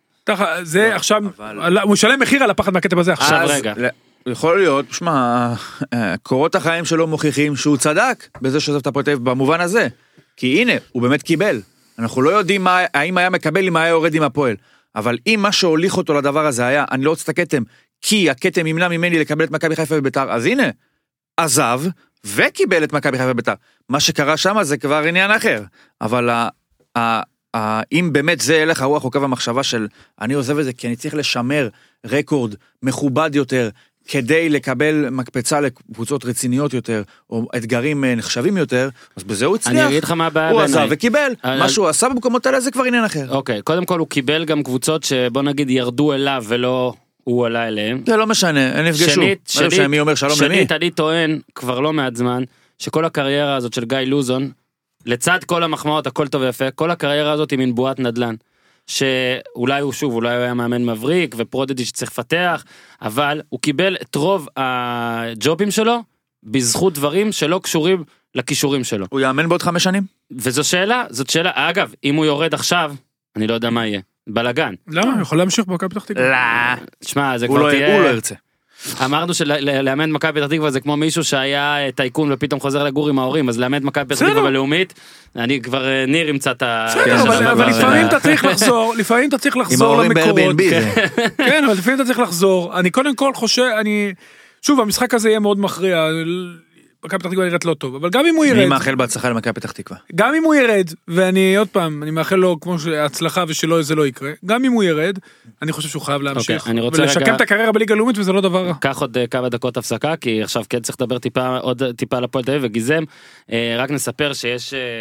זה עכשיו, הוא משלם מחיר על הפחד מהכתם הזה עכשיו. רגע. יכול להיות, שמה, קורות החיים שלו מוכיחים שהוא צדק בזה שעזב את הפועל תל אביב במובן הזה. כי הנה, הוא באמת קיבל. אנחנו לא יודעים האם היה מקבל אם היה יורד עם הפועל. אבל אם מה שהוליך אותו לדבר הזה היה, אני לא רוצה את הכתם, כי הכתם ימנע ממני לקבל את מכבי חיפה בביתר, אז הנה, עזב וקיבל את מכבי חיפה בביתר. מה שקרה שם זה כבר עניין אחר. אבל ה, ה, ה, אם באמת זה הלך הרוח או קו המחשבה של אני עוזב את זה כי אני צריך לשמר רקורד מכובד יותר, כדי לקבל מקפצה לקבוצות רציניות יותר, או אתגרים נחשבים יותר, אז בזה הוא הצליח. אני אגיד לך מה הבעיה הוא בעיניי. עזב וקיבל. מה שהוא עשה במקומות האלה זה כבר עניין אחר. אוקיי, קודם כל הוא קיבל גם קבוצות שבוא נגיד ירדו אליו ולא הוא עלה אליהם. זה לא משנה, הם נפגשו. שנית, שנית, מי אומר שלום למי? שנית, אני טוען כבר לא מעט זמן, שכל הקריירה הזאת של גיא לוזון, לצד כל המחמאות, הכל טוב ויפה, כל הקריירה הזאת היא מין בועת נדל"ן. שאולי הוא שוב, אולי הוא היה מאמן מבריק ופרודדי שצריך לפתח, אבל הוא קיבל את רוב הג'ובים שלו בזכות דברים שלא קשורים לכישורים שלו. הוא יאמן בעוד חמש שנים? וזו שאלה, זאת שאלה, אגב, אם הוא יורד עכשיו, אני לא יודע מה יהיה, בלגן. למה? הוא יכול להמשיך במכבי פתח תקווה. לא. תשמע, זה כבר תהיה... הוא לא ירצה. אמרנו שלאמן מכבי פתח תקווה זה כמו מישהו שהיה טייקון ופתאום חוזר לגור עם ההורים, אז לאמן מכבי פתח תקווה בלאומית, אני כבר ניר ימצא את ה... אבל לפעמים אתה צריך לחזור, לפעמים אתה צריך לחזור למקורות. כן, אבל לפעמים אתה צריך לחזור. אני קודם כל חושב, אני... שוב, המשחק הזה יהיה מאוד מכריע. מכבי פתח תקווה נראית לא טוב, אבל גם אם הוא אני ירד, מאחל בהצלחה למכבי פתח תקווה. גם אם הוא ירד, ואני עוד פעם, אני מאחל לו כמו שהצלחה ושלא זה לא יקרה, גם אם הוא ירד, אני חושב שהוא חייב להמשיך, אני רוצה ולשקם רגע- את הקריירה בליגה הלאומית, וזה לא דבר רע. קח עוד אה, כמה דקות הפסקה, כי עכשיו כן צריך לדבר טיפה, עוד טיפה על הפועל תל אביב וגיזם. אה, רק נספר שיש... אה,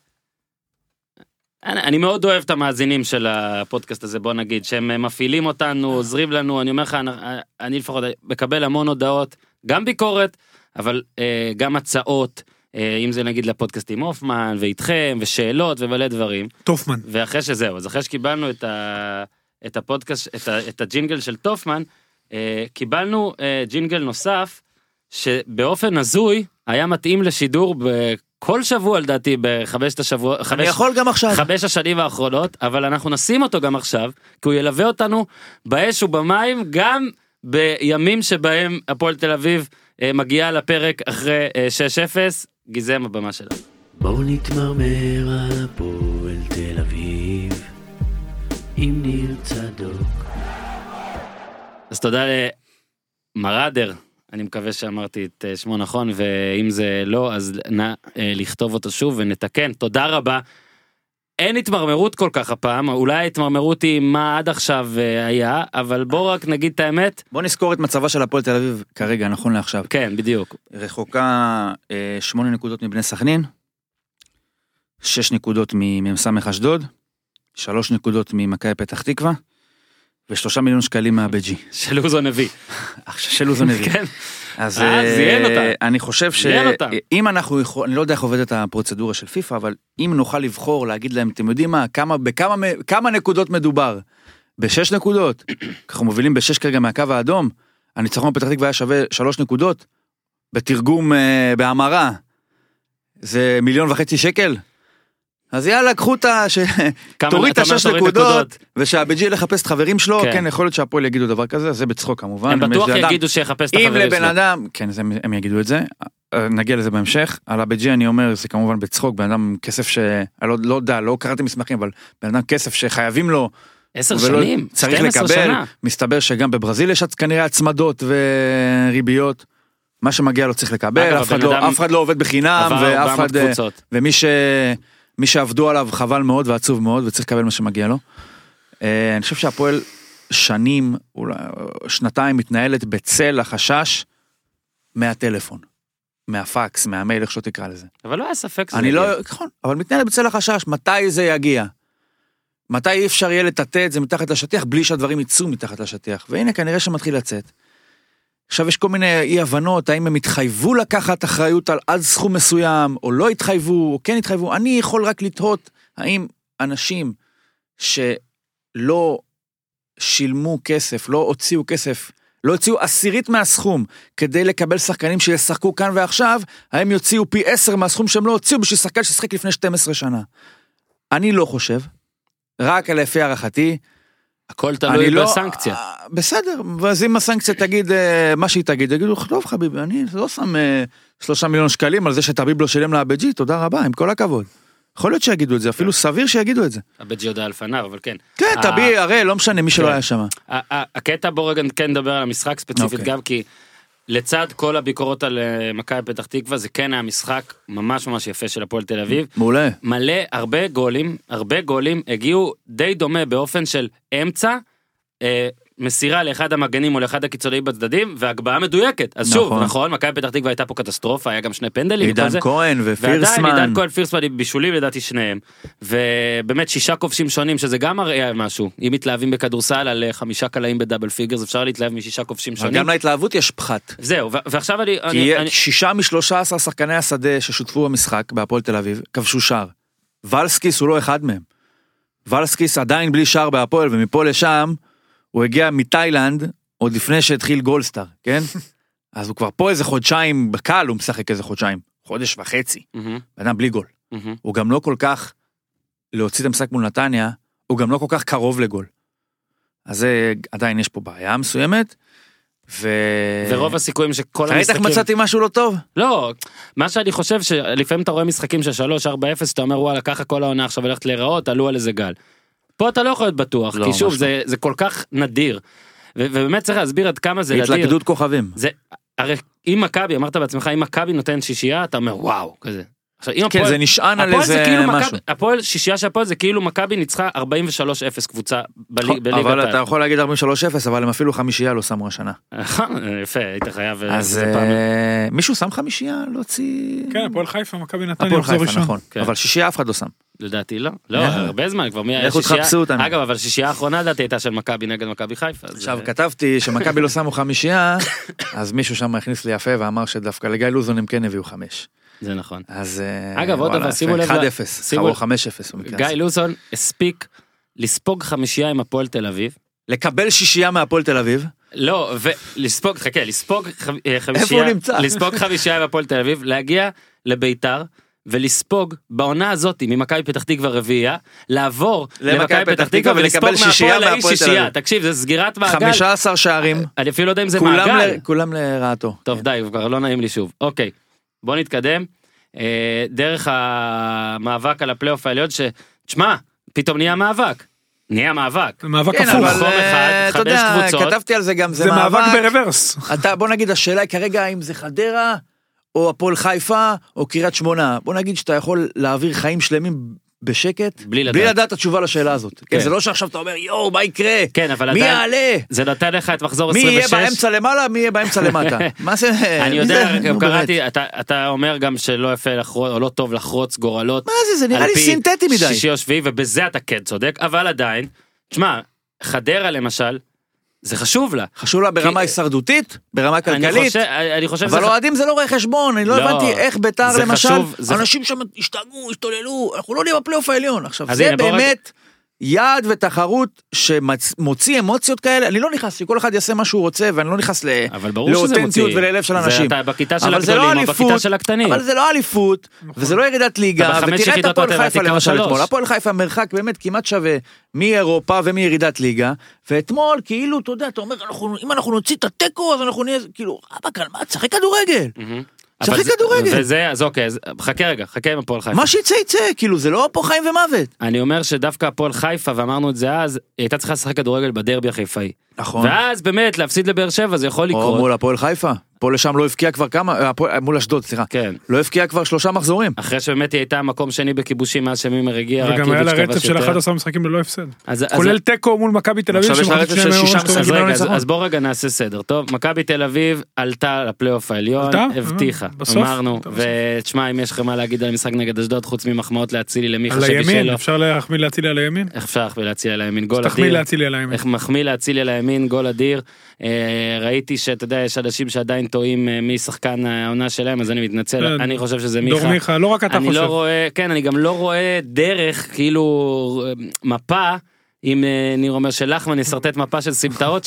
אני, אני מאוד אוהב את המאזינים של הפודקאסט הזה, בוא נגיד, שהם מפעילים אותנו, עוזרים לנו, אני אומר לך, אני, אני לפחות מקבל המון הודעות, גם ביקורת, אבל אה, גם הצעות, אה, אם זה נגיד לפודקאסט עם אופמן, ואיתכם, ושאלות, ומלא דברים. טופמן. ואחרי שזהו, אז אחרי שקיבלנו את, ה, את הפודקאסט, את, ה, את הג'ינגל של טופמן, אה, קיבלנו אה, ג'ינגל נוסף, שבאופן הזוי, היה מתאים לשידור בכל שבוע, לדעתי, בחמשת השבוע, אני חמש, יכול גם עכשיו. חמש השנים האחרונות, אבל אנחנו נשים אותו גם עכשיו, כי הוא ילווה אותנו באש ובמים, גם בימים שבהם הפועל תל אביב אה, מגיעה לפרק אחרי אה, שש אפס, גיזם הבמה שלה. בואו נתמרמר על הפועל תל אביב עם ניר צדוק. אז תודה למרדר, אני מקווה שאמרתי את אה, שמו נכון, ואם זה לא, אז נא אה, לכתוב אותו שוב ונתקן. תודה רבה. אין התמרמרות כל כך הפעם, אולי ההתמרמרות היא מה עד עכשיו אה, היה, אבל בואו רק נגיד את האמת. בוא נזכור את מצבה של הפועל תל אביב כרגע, נכון לעכשיו. כן, בדיוק. רחוקה אה, שמונה נקודות מבני סכנין, שש נקודות ממסמך אשדוד, שלוש נקודות ממכבי פתח תקווה, ושלושה מיליון שקלים מהבג'י. של אוזון נביא. של אוזון נביא. כן. אז אה, זיין אותה. אני חושב זיין אותה. שאם אנחנו יכול, אני לא יודע איך עובדת הפרוצדורה של פיפא, אבל אם נוכל לבחור להגיד להם, אתם יודעים מה, כמה, בכמה, כמה נקודות מדובר? בשש נקודות. אנחנו מובילים בשש כרגע מהקו האדום, הניצחון בפתח תקווה היה שווה שלוש נקודות, בתרגום אה, בהמרה, זה מיליון וחצי שקל. אז יאללה, קחו את ה... ש... כמה- תוריד את אתה אומר השש תוריד נקודות, נקודות. ושהבג'י ילך לחפש את חברים שלו, כן. כן, יכול להיות שהפועל יגידו דבר כזה, זה בצחוק כמובן. הם אם בטוח יש לאדם- יגידו שיחפש את אם החברים לבן שלו. אדם, כן, זה, הם יגידו את זה, נגיע לזה בהמשך, על הבג'י אני אומר, זה כמובן בצחוק, בן אדם כסף ש... אני לא, לא יודע, לא קראתי מסמכים, אבל בן אדם כסף שחייבים לו, עשר ולא שנים, צריך שתים עשרה לקבל, שנה. מסתבר שגם בברזיל יש כנראה הצמדות וריביות, מה שמגיע לו צריך לקבל, אגב, אף אחד, הבן לא, אדם אף אחד לא עובד בחינם, עבר ואף ארבע מאות אחד, קבוצות. ומי ש... מי שעבדו עליו חבל מאוד ועצוב מאוד, וצריך לקבל מה שמגיע לו. אה, אני חושב שהפועל שנים, אולי שנתיים מתנהלת בצל החשש מהטלפון, מהפקס, מהמייל, איך שלא תקרא לזה. אבל לא היה ספק שזה אני יגיע. לא, נכון, אבל מתנהלת בצל החשש, מתי זה יגיע? מתי אי אפשר יהיה לטאטא את זה מתחת לשטיח, בלי שהדברים יצאו מתחת לשטיח? והנה כנראה שמתחיל לצאת. עכשיו יש כל מיני אי הבנות, האם הם התחייבו לקחת אחריות על עד סכום מסוים, או לא התחייבו, או כן התחייבו. אני יכול רק לתהות, האם אנשים שלא שילמו כסף, לא הוציאו כסף, לא הוציאו עשירית מהסכום, כדי לקבל שחקנים שישחקו כאן ועכשיו, האם יוציאו פי עשר מהסכום שהם לא הוציאו, בשביל שחקן ששחק לפני שתים עשרה שנה. אני לא חושב, רק על לפי הערכתי, הכל תלוי לא, בסנקציה. בסדר, ואז אם הסנקציה תגיד מה שהיא תגיד, יגידו, טוב חביבי, אני לא שם שלושה מיליון שקלים על זה שטביב לא שילם לאבג'י, תודה רבה, עם כל הכבוד. יכול להיות שיגידו את זה, אפילו סביר שיגידו את זה. הבג'י יודע על פניו, אבל כן. כן, טביב, הרי לא משנה מי שלא כן. היה שם. הקטע בוא רגע כן נדבר על המשחק ספציפית אוקיי. גם כי לצד כל הביקורות על אה, מכבי פתח תקווה זה כן היה משחק ממש ממש יפה של הפועל תל אביב. מעולה. מלא הרבה גולים, הרבה גולים הגיעו די דומה באופן של אמצע, אה, מסירה לאחד המגנים או לאחד הקיצוניים בצדדים והגבהה מדויקת. אז שוב, נכון. נכון, מכבי פתח תקווה הייתה פה קטסטרופה, היה גם שני פנדלים. וכל עידן זה. כהן ועדיין ופירסמן. עידן כהן פירסמן בישולים לדעתי שניהם, ובאמת שישה כובשים שונים שזה גם מראה משהו, אם מתלהבים בכדורסל על חמישה קלעים בדאבל פיגרס אפשר להתלהב משישה כובשים אבל שונים. גם להתלהבות יש פחת. זהו, ו- ועכשיו אני... אני, כי אני שישה משלושה עשר שחקני השדה ששותפו במשחק בהפועל תל אביב, כבשו שער. ולסקיס הוא לא אחד מהם. ולסקיס עדיין בלי שער בהפועל, ומפה לשם הוא הגיע מתאילנד, עוד לפני שהתחיל גולדסטאר, כן? אז הוא כבר פה איזה חודשיים, בקל הוא משחק איזה חודשיים, חודש וחצי, מהמם, אדם בלי גול. מהמם. הוא גם לא כל כך, להוציא את המשחק מול נתניה, הוא גם לא כל כך קרוב לגול. אז זה, עדיין יש פה בעיה מסוימת, ו... ורוב הסיכויים שכל ראית איך המשחקים... מצאתי משהו לא טוב? לא, מה שאני חושב שלפעמים אתה רואה משחקים של שלוש ארבע אפס, אתה אומר וואלה ככה כל העונה עכשיו הולכת להיראות, עלו על איזה גל. פה אתה לא יכול להיות בטוח, לא, כי שוב ממש זה, זה כל כך נדיר, ו- ובאמת צריך להסביר עד כמה זה נדיר. התלכדות כוכבים. זה, הרי אם מכבי, אמרת בעצמך, אם מכבי נותן שישייה, אתה אומר וואו, כזה. עכשיו, אם כן, הפועל, זה נשען על הפועל זה איזה כאילו משהו. מכבי, הפועל, שישייה של הפועל זה כאילו מכבי ניצחה ארבעים ושלוש אפס קבוצה בליגת העל. אבל אתה יכול להגיד ארבעים ושלוש אפס, אבל הם אפילו חמישייה לא שמו השנה. יפה, היית חייב... אז מישהו שם חמישייה להוציא... כן, הפועל חיפה, מכבי נתניה, הפועל מחזור חיפה, ראשון. נכון. אבל שישייה אף אחד לא שם. לדעתי לא. לא, הרבה זמן כבר. לכו תחפשו אותנו. אגב, אבל שישייה האחרונה לדעתי הייתה של מכבי נגד מכבי חיפה. עכשיו כתבתי שמכבי לא שמו חמישייה, אז מישהו שם הכניס לי יפה ואמר שדווקא לגיא לוזון הם כן הביאו חמש. זה נכון. אז אגב, עוד דבר, שימו לב, אחד אפס, או חמש אפס. גיא לוזון הספיק לספוג חמישייה עם הפועל תל אביב. לקבל שישייה מהפועל תל אביב. לא, ולספוג, חכה, לספוג חמישייה. איפה הוא נמצא? לספוג חמישייה עם הפועל תל אביב, להגיע לביתר, ולספוג בעונה הזאת ממכבי פתח תקווה רביעייה, לעבור למכבי פתח תקווה ולספוג מהפועל האיש שישייה. תקשיב, זה סגירת מעגל. חמישה עשר שערים. אני אפילו לא יודע אם זה מעגל. כולם לרעתו. טוב, די, כבר לא נעים לי שוב. אוקיי, בוא נתקדם. דרך המאבק על הפלייאוף העליון, שתשמע, פתאום נהיה מאבק. נהיה מאבק. מאבק כן, הפוך. אבל אתה יודע, כתבתי על זה גם, זה מאבק. זה מאבק ברוורס. אתה, בוא נגיד, השאלה היא כרגע אם זה חדרה, או הפועל חיפה, או קריית שמונה. בוא נגיד שאתה יכול להעביר חיים שלמים בשקט, בלי לדעת. בלי לדעת התשובה לשאלה הזאת. כן. זה לא שעכשיו אתה אומר, יואו, מה יקרה? כן, אבל מי עדיין, יעלה? זה נתן לך את מחזור מי עשרים ושש. יהיה באמצע למעלה, מי יהיה באמצע למטה. מה זה? אני יודע, גם קראתי, אתה, אתה אומר גם שלא יפה לחרוץ, או לא טוב לחרוץ גורלות. מה זה? זה נראה לי סינתטי מדי. שישי או שביעי, ובזה אתה כן צודק, אבל עדיין, תשמע, חדרה למשל, זה חשוב לה. חשוב לה ברמה הישרדותית, ברמה כלכלית, אני חושב אבל אוהדים זה לא רואה חחשבון, אני לא הבנתי איך ביתר למשל, אנשים שם השתגעו, השתוללו, אנחנו לא נהיה בפלייאוף העליון, עכשיו זה באמת יעד ותחרות שמוציא אמוציות כאלה, אני לא נכנס, כל אחד יעשה מה שהוא רוצה, ואני לא נכנס לאותנטיות וללב של אנשים, אתה בכיתה של הגדולים או בכיתה של הקטנים, אבל זה לא אליפות, וזה לא ירידת ליגה, ותראה את הפועל חיפה למשל אתמול, הפועל חיפה מרחק באמת כמעט שווה מאירופה ומירידת ליגה, ואתמול כאילו, אתה יודע, אתה אומר, אם אנחנו נוציא את הטקו, אז אנחנו נהיה, כאילו, אבא קלמה, תשחק כדורגל. שחק כדורגל. וזה, אז אוקיי, אז חכה רגע, חכה עם הפועל חיפה. מה שיצא יצא, כאילו זה לא פה חיים ומוות. אני אומר שדווקא הפועל חיפה, ואמרנו את זה אז, היא הייתה צריכה לשחק כדורגל בדרבי החיפאי. נכון. ואז באמת להפסיד לבאר שבע זה יכול לקרות. או מול הפועל חיפה. פה לשם לא הפקיע כבר כמה, מול אשדוד, סליחה. כן. לא הפקיע כבר שלושה מחזורים. אחרי שבאמת היא הייתה מקום שני בכיבושים מאז שמימר הגיע. וגם היה לה רצף של אחד עשר משחקים ללא הפסד. כולל טקו מול מכבי תל אביב. אז בוא רגע נעשה סדר. טוב, מכבי תל אביב עלתה לפלייאוף העליון, הבטיחה. אמרנו, ותשמע, אם יש לכם מה להגיד על משחק נגד אשדוד, חוץ ממחמאות להצילי למיכה שבישלו. אפשר להחמיא להצילי על הימין? אפשר להצילי על הימין, גול תחמיא להצילי על הימין. מחמיא להצילי על הימין, גול אדיר. ראיתי שאתה יודע, יש אנשים שעדיין טועים מי שחקן העונה שלהם, אז אני מתנצל, אני חושב שזה מיכה. דור מיכה, לא רק אתה חושב. אני לא רואה, כן, אני גם לא רואה דרך, כאילו, מפה, אם ניר אומר שלחמן יסרטט מפה של סמטאות,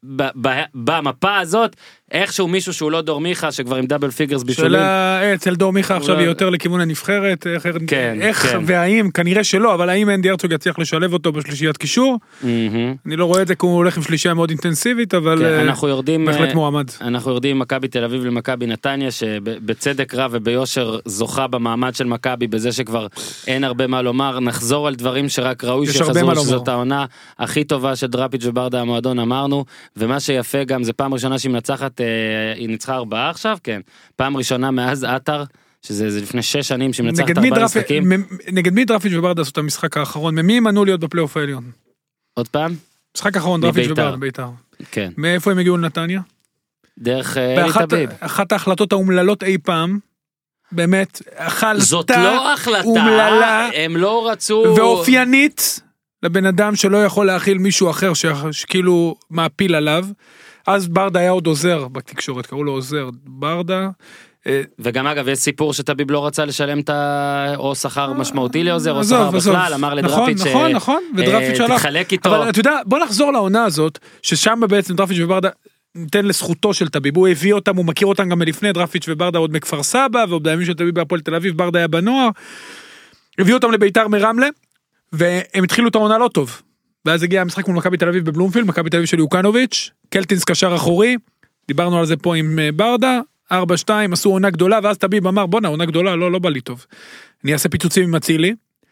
שבמפה הזאת, איכשהו מישהו שהוא לא דור מיכה, שכבר עם דאבל פיגרס בישולים. שאלה, אצל דור מיכה עכשיו היא יותר לכיוון הנבחרת, איך והאם, כנראה שלא, אבל האם אנדי הרצוג יצליח לשלב אותו בשלישיית קישור? אני לא רואה את זה כמו הוא הולך עם שלישייה מאוד אינטנסיבית, אבל בהחלט מועמד. אנחנו יורדים ממכבי תל אביב למכבי נתניה, שבצדק רב וביושר זוכה במעמד של מכבי, בזה שכבר אין הרבה מה לומר, נחזור על דברים שרק ראוי שחזרו, שזאת העונה הכי טובה של דראפיץ' וברדה המועדון, אמרנו, ומה שיפה גם זה פעם ראשונה שהיא מנצחת, היא ניצחה ארבעה עכשיו, כן, פעם ראשונה מאז אתר, שזה לפני שש שנים שהיא מנצחת ארבעה משחקים. נגד מי דראפיץ' וברדה עשו את המשחק האחרון? ממי מנעו להיות בפלייאוף העליון? עוד פעם? משחק האחרון דראפיץ' וברדה, ביתר. כן. מאיפה הם הגיעו לנתניה? דרך אלי טביב. אחת ההחלטות האומללות אי פעם, באמת, החלטה זאת לא החלטה, הם לא רצו... ואופיינית לבן אדם שלא יכול להכיל מישהו אחר שכאילו מעפיל עליו. אז ברדה היה עוד עוזר בתקשורת, קראו לו עוזר ברדה. וגם אגב, יש סיפור שטביב לא רצה לשלם את או שכר משמעותי לעוזר, או שכר בכלל, אמר לדראפיץ' שתתחלק איתו. אבל אתה יודע, בוא נחזור לעונה הזאת, ששם בעצם דראפיץ' וברדה ניתן לזכותו של טביב, הוא הביא אותם, הוא מכיר אותם גם מלפני, דראפיץ' וברדה עוד מכפר סבא, ועוד בימים של טביב בהפועל תל אביב, ברדה היה בנוער, הביא אותם לביתר מרמלה, והם התחילו את העונה לא טוב. ואז הגיע המשחק מול מכבי תל אביב בבלומפילד, מכבי תל אביב של יוקנוביץ', קלטינס קשר אחורי, דיברנו על זה פה עם ברדה, ארבע שתיים, עשו עונה גדולה, ואז טביב אמר, בוא נה, עונה גדולה, לא, לא בא לי טוב. אני אעשה פיצוצים עם אצילי,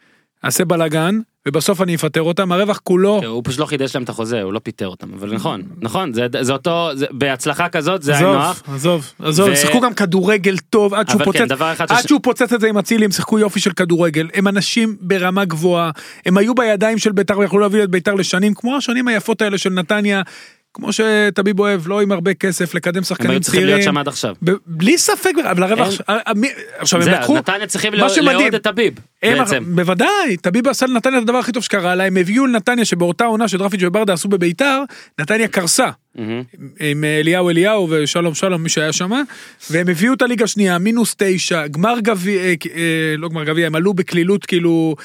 אעשה בלגן, ובסוף אני אפטר אותם, הרווח כולו. הוא פשוט לא חידש להם את החוזה, הוא לא פיטר אותם, אבל נכון, נכון, זה, זה אותו, זה, בהצלחה כזאת, זה עזוב, היינו אח. עזוב, עזוב, ו... שיחקו גם כדורגל טוב, עד שהוא, כן, פוצץ, עד ש... שהוא פוצץ את זה עם הצילים, שיחקו יופי של כדורגל, הם אנשים ברמה גבוהה, הם היו בידיים של ביתר, ויכולו להביא את ביתר לשנים, כמו השנים היפות האלה של נתניה, כמו שטביב אוהב, לא עם הרבה כסף, לקדם שחקנים צעירים. הם היו צריכים להיות שם עד עכשיו. בלי ספק, אבל הרווח... עכשיו הם לקחו... נתניה צריכים לעוד את טביב, בעצם. בוודאי, טביב עשה לנתניה את הדבר הכי טוב שקרה לה, הם הביאו לנתניה שבאותה עונה שדרפיץ' וברדה עשו בביתר, נתניה קרסה. עם אליהו אליהו ושלום שלום, מי שהיה שם, והם הביאו את הליגה השנייה, מינוס תשע, גמר גביע, לא גמר גביע, הם עלו בכלילות, כאילו,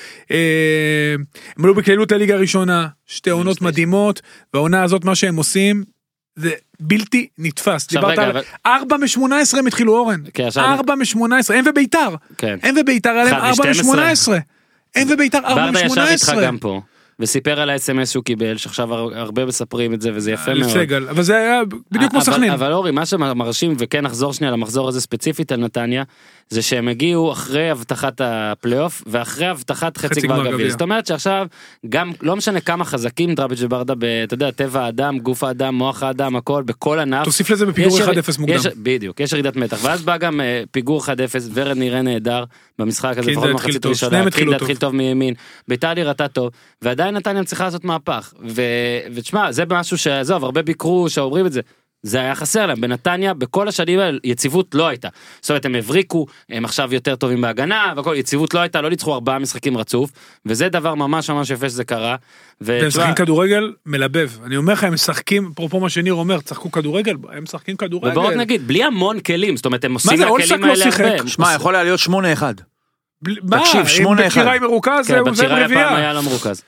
הם עלו בכלילות לליגה הראשונה, שתי עונות מדהימות, והעונה הזאת מה שהם עושים, זה בלתי נתפס. דיברת על ארבע משמונה עשרה הם התחילו אורן, ארבע משמונה עשרה, הם וביתר, הם וביתר עליהם ארבע משמונה עשרה, הם וביתר ארבע משמונה עשרה. ברדה ישב איתך גם פה. וסיפר על ה-אס אם אס שהוא קיבל, שעכשיו הרבה מספרים את זה, וזה יפה מאוד. סגל, אבל זה היה בדיוק כמו סכנין. אבל אורי, מה שמרשים, וכן נחזור שנייה למחזור הזה ספציפית על נתניה, זה שהם הגיעו אחרי הבטחת הפלייאוף, ואחרי הבטחת חצי גמר גביע. זאת אומרת שעכשיו, גם, לא משנה כמה חזקים דראפיץ' וברדה, אתה יודע, טבע האדם, גוף האדם, מוח האדם, הכל, בכל ענף. תוסיף לזה בפיגור אחד אפס מוקדם. בדיוק, יש ירידת מתח, ואז בא גם פיגור אחד אפס, ורד נראה נהדר במשחק הזה, לפחות מחצית ראשונה, קינדה התחיל טוב מימין, ביתר נראתה טוב, ועדיין נתניה צריכה לעשות מהפך, ותשמע, זה משהו שעזוב, הרבה ביקרו שאומרים את זה, זה היה חסר להם, בנתניה, בכל השנים האלה, יציבות לא הייתה, זאת אומרת, הם הבריקו, הם עכשיו יותר טובים בהגנה, וכל יציבות לא הייתה, לא ניצחו ארבעה משחקים רצוף, וזה דבר ממש ממש יפה שזה קרה, והם משחקים כדורגל מלבב, אני אומר לך, הם משחקים, אפרופו מה שניר אומר, צחקו כדורגל, הם משחקים כדורגל, ובאות נגיד, בלי המון כלים, זאת אומרת, הם עושים לכלים האלה הרבה. שמע, יכול היה להיות שמונה אחד. תקשיב, שמונה אחד. בקיראי מרוכז, כן, בקיראי הפעם היה לא מרוכז.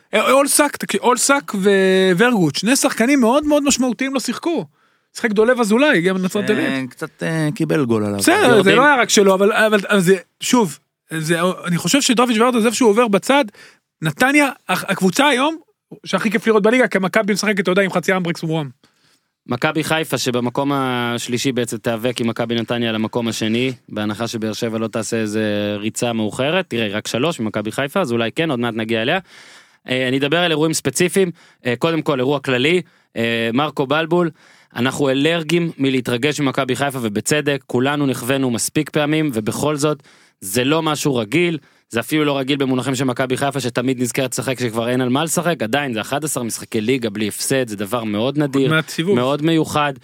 אולסק וורגוט, שני שחקנים מאוד מאוד משמעותיים לא שיחקו. שחק דולב אזולאי, הגיע מנצרת עילית. קצת קיבל גול עליו. בסדר, זה לא היה רק שלו, אבל זה, שוב, אני חושב שדרפיץ' וברדה זה שהוא עובר בצד, נתניה, הקבוצה היום, שהכי כיף לראות בליגה, כי מכבי משחקת, אתה יודע, עם חצי אמבריקס מורם. מכבי חיפה שבמקום השלישי בעצם תיאבק עם מכבי נתניה על המקום השני, בהנחה שבאר שבע לא תעשה איזה ריצה מאוחרת, תראה, רק שלוש ממכבי חיפה, אז אולי כן, עוד מעט נגיע אליה. אני אדבר על אירועים ספציפיים, קודם כל אירוע כללי, מרקו בלבול, אנחנו אלרגים מלהתרגש ממכבי חיפה ובצדק, כולנו נכוונו מספיק פעמים, ובכל זאת, זה לא משהו רגיל, זה אפילו לא רגיל במונחים של מכבי חיפה, שתמיד נזכרת לשחק שכבר אין על מה לשחק, עדיין זה אחד עשר משחקי ליגה בלי הפסד, זה דבר מאוד נדיר, מאוד מיוחד,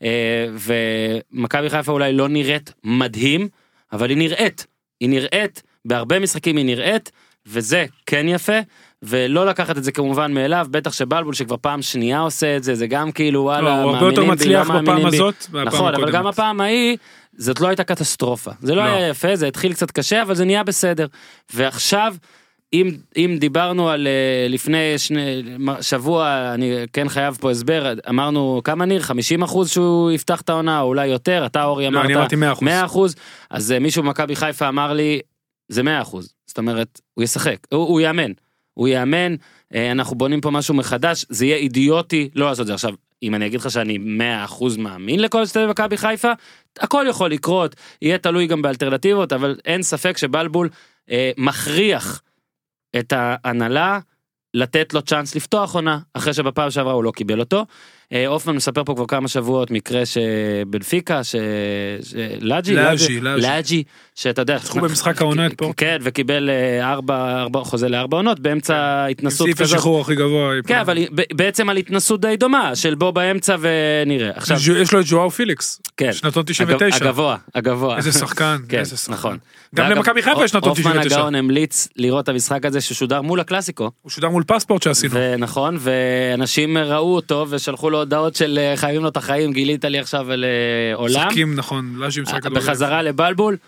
ומכבי חיפה אולי לא נראית מדהים, אבל היא נראית, היא נראית, בהרבה משחקים היא נראית, וזה כן יפה, ולא לקחת את זה כמובן מאליו, בטח שבלבול שכבר פעם שנייה עושה את זה, זה גם כאילו, וואלה, הוא הרבה יותר מצליח בפעם הזאת, נכון, אבל גם הפעם ההיא, זאת לא הייתה קטסטרופה, זה לא היה יפה, זה התחיל קצת קשה, אבל זה נהיה בסדר, ועכשיו, אם, אם דיברנו על לפני שני, שבוע, אני כן חייב פה הסבר, אמרנו כמה ניר, חמישים אחוז שהוא יפתח את העונה, או אולי יותר, אתה אורי אמרת, לא, אני אמרתי מאה אחוז. מאה אחוז, אז מישהו במכבי חיפה אמר לי, זה מאה אחוז, זאת אומרת, הוא ישחק, הוא, הוא יאמן, הוא יאמן, אנחנו בונים פה משהו מחדש, זה יהיה אידיוטי, לא לעשות זה עכשיו, אם אני אגיד לך שאני מאה אחוז מאמין לכל סטייל מכבי חיפה, הכל יכול לקרות, יהיה תלוי גם באלטרנטיבות, אבל אין ספק שבלבול אה, מכריח את ההנהלה, לתת לו צ'אנס לפתוח עונה, אחרי שבפעם שעברה הוא לא קיבל אותו. אופמן מספר פה כבר כמה שבועות, מקרה שבנפיקה, שלאג'י, לאג'י, לאג'י, שאתה יודע, זכו במשחק העונה את פה. כן, וקיבל ארבע, ארבע, חוזה לארבע עונות, באמצע התנסות כזאת. סעיף השחרור הכי גבוה. כן, אבל בעצם על התנסות די דומה, של בו באמצע ונראה. יש לו את ז'ואאו פיליקס, שנתון תשעים ותשע. הגבוה, הגבוה. איזה שחקן, איזה שחקן. נכון. גם למכבי חיפה יש נתון תשעים ותשע. אופמן הגאון המליץ לראות את המשחק הזה ששודר מול הקלאסיקו. הוא שודר מול פספורט שעשינו. ונכון, ואנשים ראו אותו ושלחו לו הודעות של חייבים לו את החיים, גילית לי עכשיו על עולם. משחקים, נכון, לאג'י משחק כדורגל. בחזרה לבלבול,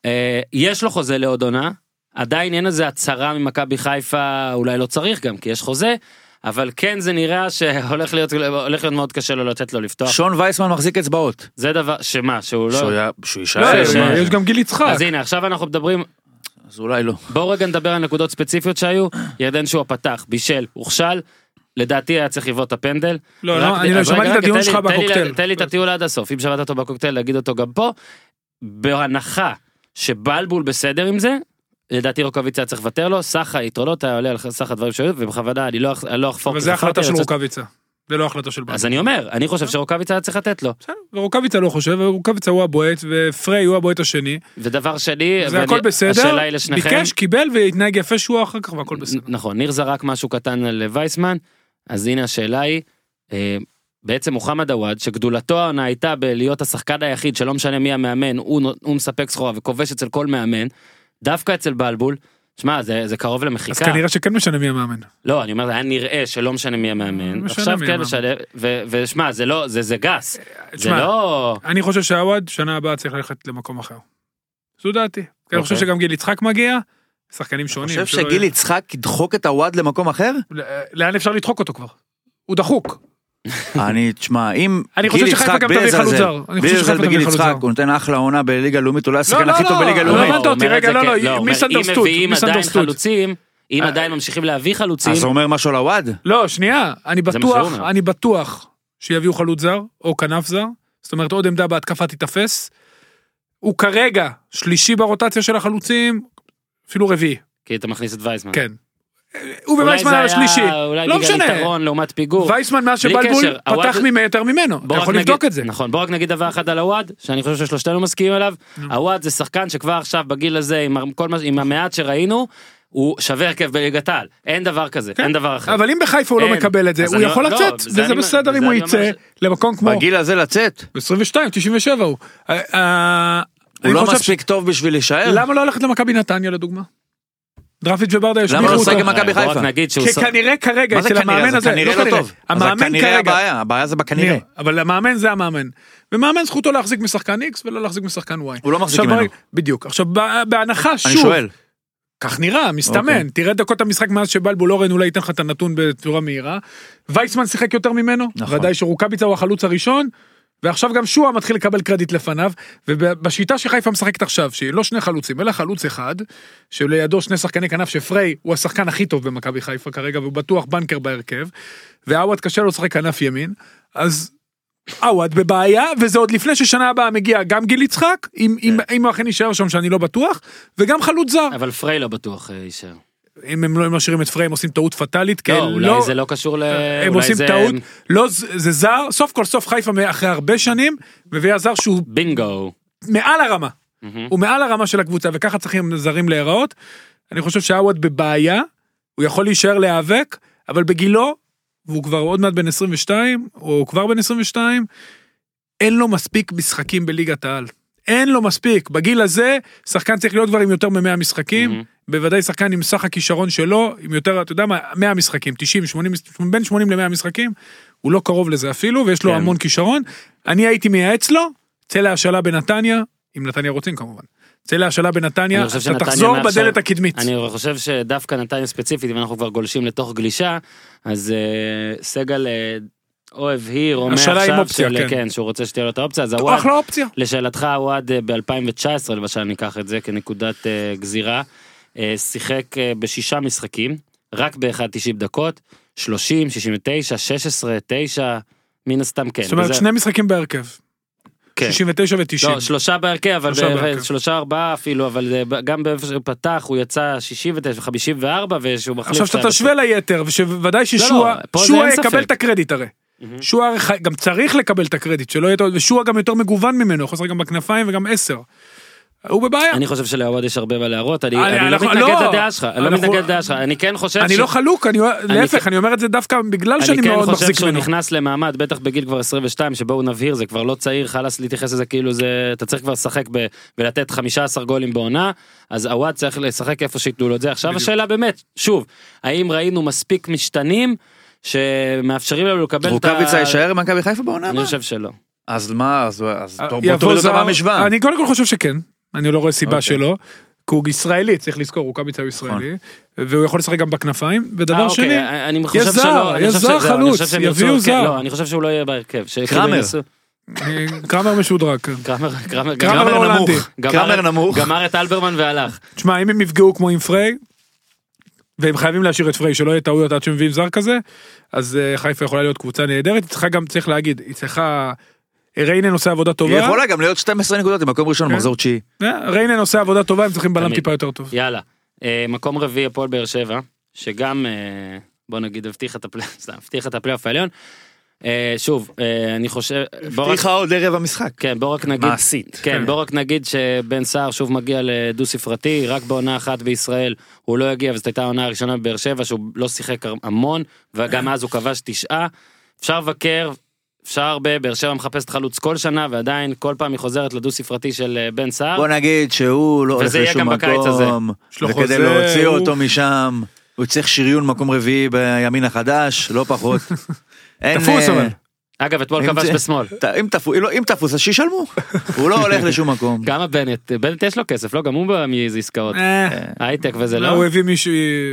יש לו חוזה לעוד עונה, עדיין אין איזה הצהרה ממכבי חיפה, אולי לא צריך גם, כי יש חוזה, אבל כן זה נראה שהולך להיות, הולך להיות מאוד קשה לו לתת לו לפתוח. שון וייסמן מחזיק אצבעות. זה דבר, שמה, שהוא לא... שהוא יישאר. יש גם גיל יצחק. אז הנה, עכשיו אנחנו מדברים... אז אולי לא. בואו רגע נדבר על נקודות ספציפיות שהיו, ירדן שהוא הפתח, בישל, הוכשל, לדעתי היה צריך לבוא את הפנדל. לא, לא, אני לא שמעתי את הדיון שלך בקוקטייל. תן לי את הטיול עד הסוף, אם שמעת אותו בקוקטייל, להגיד אותו גם פה, בהנחה שבלבול בסדר עם זה, לדעתי רוקאביצה צריך לוותר לו, סך היתרונות היה עולה על סך הדברים שהיו, ובכוונה אני לא אחפור. אבל זה החלטה של רוקאביצה, זה לא החלטה של בלבול. אז אני אומר, אני חושב שרוקאביצה היה צריך לתת לו. בסדר, ורוקאביצה לא חושב, ורוקאביצה הוא הבועט, ופריי הוא הבועט השני. ודבר שני, זה הכל בסדר, ביקש, קיבל והתנהג יפה שהוא אחר כך, והכל בסדר. נכון, ניר זרק משהו קטן על וייסמן, אז הנה השאלה היא, בעצם מוחמד עוואד, שגדולתו העונה הייתה בלהיות השחקן היחיד, שלא משנה מי המאמן, הוא, הוא מספק סחורה וכובש אצל כל מאמן, דווקא אצל בלבול, שמע, זה, זה קרוב למחיקה. אז כנראה שכן משנה מי המאמן. לא, אני אומר, זה היה נראה שלא משנה מי המאמן. עכשיו כן משנה, ושמע, זה לא, זה, זה גס. זה לא... אני חושב שעוואד, שנה הבאה צריך ללכת למקום אחר. זו דעתי. אני חושב שגם גיל יצחק מגיע, שחקנים שונים. אני חושב שגיל יצחק ידחוק את עוואד למקום אחר? לאן אפשר לדחוק אותו כבר? הוא דחוק. אני, תשמע, אם גיל יצחק בלי לזלזל, בלי לזלזל בגיל יצחק, הוא נותן אחלה עונה בליגה לאומית, אולי השחקן הכי טוב בליגה לאומית. לא הבנת אותי, רגע, לא, לא, מיסאנדרסטוד. אם מביאים עדיין חלוצים, אם עדיין ממשיכים להביא חלוצים. אז הוא אומר משהו על עוואד? לא, שנייה, אני בטוח, אני בטוח שיביאו חלוץ זר, או כנף זר, זאת אומרת עוד עמדה בהתקפה תתפס, הוא כרגע שלישי ברוטציה של החלוצים, אפילו רביעי. כי אתה מכניס את וייסמן. כן. הוא ווייסמן על השלישי, לא משנה. יתרון לעומת פיגור. וייסמן מאז שבלבול פתח יותר ממנו, אתה יכול לבדוק את זה. נכון, בוא רק נגיד דבר אחד על עוואד, שאני חושב ששלושתנו מסכימים עליו, עוואד זה שחקן שכבר עכשיו בגיל הזה, עם המעט שראינו, הוא שווה הרכב בליגת העל, אין דבר כזה, אין דבר אחר. אבל אם בחיפה הוא לא מקבל את זה, הוא יכול לצאת, וזה בסדר אם הוא יצא למקום כמו... בגיל הזה לצאת. ב-עשרים ושתיים, תשעים ושבע הוא. הוא לא מספיק טוב בשביל להישאר. למה לא הלכת למכבי נתניה לדוגמה? דרפיץ' וברדה יש למה לא שחק עם מכבי חיפה? כנראה כרגע אצל המאמן הזה, כנראה לא טוב. המאמן כרגע, הבעיה זה בכנראה. אבל המאמן זה המאמן. ומאמן זכותו להחזיק משחקן X ולא להחזיק משחקן Y. הוא לא מחזיק ממנו. בדיוק. עכשיו בהנחה שוב. אני שואל. כך נראה, מסתמן. תראה דקות המשחק מאז שבלבול אורן אולי ייתן לך את הנתון בצורה מהירה. וייסמן שיחק יותר ממנו. ודאי שרוקאביצה הוא החלוץ הראשון. ועכשיו גם שועה מתחיל לקבל קרדיט לפניו, ובשיטה שחיפה משחקת עכשיו, שהיא לא שני חלוצים, אלא חלוץ אחד, שלידו שני שחקני כנף, שפריי הוא השחקן הכי טוב במכבי חיפה כרגע, והוא בטוח בנקר בהרכב, ועווד קשה לו לשחק כנף ימין, אז עווד בבעיה, וזה עוד לפני ששנה הבאה מגיע גם גיל יצחק, אם הוא אכן יישאר שם שאני לא בטוח, וגם חלוץ זר. אבל פריי לא בטוח יישאר. אם הם לא משאירים את פריי, הם עושים טעות פטלית. לא, אולי זה לא קשור ל... הם עושים טעות, לא, זה זר, סוף כל סוף חיפה אחרי הרבה שנים, מביא הזר שהוא... בינגו. מעל הרמה. הוא מעל הרמה של הקבוצה, וככה צריכים זרים להיראות. אני חושב שהעווד בבעיה, הוא יכול להישאר להיאבק, אבל בגילו, והוא כבר עוד מעט בן עשרים ושתיים, או כבר בן עשרים ושתיים, אין לו מספיק משחקים בליגת העל. אין לו מספיק. בגיל הזה, שחקן צריך להיות כבר עם יותר מ-מאה משחקים, בוודאי שחקן עם סך הכישרון שלו, עם יותר, אתה יודע מה, מאה משחקים, תשעים, שמונים, בין שמונים למאה משחקים, הוא לא קרוב לזה אפילו, ויש לו המון כישרון. אני הייתי מייעץ לו, צא להשאלה בנתניה, אם נתניה רוצים כמובן, צא להשאלה בנתניה, אתה תחזור בדלת הקדמית. אני חושב שדווקא נתניה ספציפית, אם אנחנו כבר גולשים לתוך גלישה, אז סגל... או הבהיר, אומר עכשיו של, כן. כן, שהוא רוצה שתהיה לו את האופציה, אז הוואד, לשאלתך הוואד ב-אלפיים תשע עשרה, למשל ניקח את זה כנקודת uh, גזירה, uh, שיחק uh, בשישה משחקים, רק ב-אחד תשעים דקות, שלושים, שישים ותשע, שש עשרה, תשע, מן הסתם כן. זאת אומרת, וזה... שני משחקים בהרכב. כן. שישים ותשע ו-תשעים. לא, שלושה בהרכב, אבל שלושה, ב- בהרכב. שלושה ארבעה אפילו, אבל גם בפתח הוא יצא שישים ותשע, חמישים וארבע, ושהוא מחליף... עכשיו שאתה תשווה ליתר, ושוודאי ששועה, לא, לא, שועה יקבל את הקרדיט הרי. שועה גם צריך לקבל את הקרדיט שלו, ושועה גם יותר מגוון ממנו, חוסר גם בכנפיים וגם עשר. הוא בבעיה. אני חושב שלעווד יש הרבה מה להראות, אני לא מתנגד לדעה שלך, אני לא מתנגד לדעה שלך, אני כן חושב ש... אני לא חלוק, להפך, אני אומר את זה דווקא בגלל שאני מאוד מחזיק ממנו. אני כן חושב שהוא נכנס למעמד, בטח בגיל כבר עשרים ושתיים, שבו הוא נבהיר, זה כבר לא צעיר, חלס להתייחס לזה כאילו זה, אתה צריך כבר לשחק ולתת חמישה עשר גולים בעונה, אז עווד צריך לשחק איפה שיתנו לו את זה. עכשיו השאלה באמת, שוב, האם ראינו מספיק משתנים שמאפשרים לנו לקבל את ה... רוקאביצה יישאר עם מכבי חיפה בעונה? אני חושב שלא. אז מה, אז בוא תוריד אותה מהמשוואה. אני קודם כל חושב שכן. אני לא רואה סיבה שלו, כי הוא ישראלי, צריך לזכור, רוקאביצה הוא ישראלי, והוא יכול לשחק גם בכנפיים, ודבר שני, יש זר, יש זר חלוץ, יביאו זר. לא, אני חושב שהוא לא יהיה בהרכב. קרמר. קרמר משודרג. קרמר נמוך. קרמר נמוך. גמר את אלברמן והלך. תשמע, אם הם יפגעו כמו עם פריי, והם חייבים להשאיר את פריי, שלא יהיה טעויות עד שמביאים זר כזה, אז חיפה יכולה להיות קבוצה נהדרת, היא צריכה גם, צריך להגיד, היא צריכה... ריינן עושה עבודה טובה. היא יכולה גם להיות שתים עשרה נקודות, עם מקום ראשון, מחזור תשיעי. ריינן עושה עבודה טובה, הם צריכים בלם טיפה יותר טוב. יאללה. מקום רביעי הפועל באר שבע, שגם, בוא נגיד, הבטיח את הפלייאוף, סתם, הבטיח את הפלייאוף העליון. שוב, אני חושב... הבטיחה עוד ערב המשחק. כן, בוא רק נגיד... מעשית. כן, בוא רק נגיד שבן סער שוב מגיע לדו ספרתי, רק בעונה אחת בישראל הוא לא יגיע, וזאת הייתה העונה הראשונה בבאר שבע, שהוא לא שיחק המון, וגם אז הוא כבש תשעה. אפשר לבקר, אפשר הרבה, באר שבע מחפשת חלוץ כל שנה, ועדיין כל פעם היא חוזרת לדו ספרתי של בן סער. בוא נגיד שהוא לא הולך לשום מקום, וכדי להוציא אותו משם, הוא צריך שריון מקום רביעי בימין החדש, לא פחות. תפוס אבל. אגב, אתמול כבש בשמאל. אם תפוס, אז שישלמו. הוא לא הולך לשום מקום. גם הבנט, בנט יש לו כסף, לא? גם הוא בא מאיזה עסקאות. הייטק וזה לא? הוא הביא מישהו...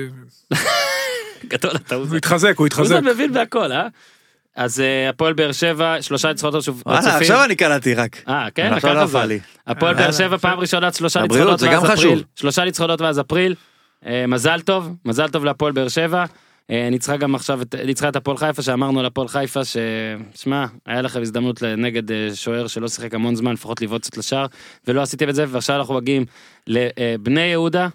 גדול, אתה הוא הוא התחזק, הוא התחזק. הוא מבין בהכל, אה? אז הפועל באר שבע, שלושה ניצחונות שוב רצופים. עכשיו אני קלטתי רק. אה, כן? לקח על זה. הפועל באר שבע פעם ראשונה, שלושה ניצחונות ואז אפריל. שלושה ניצחונות ואז אפריל. מזל טוב, מזל טוב להפועל באר שבע. ניצחה גם עכשיו, ניצחה את הפועל חיפה, שאמרנו לפועל חיפה, ששמע, היה לכם הזדמנות נגד שוער שלא שיחק המון זמן, לפחות לבעוט קצת לשער, ולא עשיתם את זה, ועכשיו אנחנו מגיעים לבני יהודה,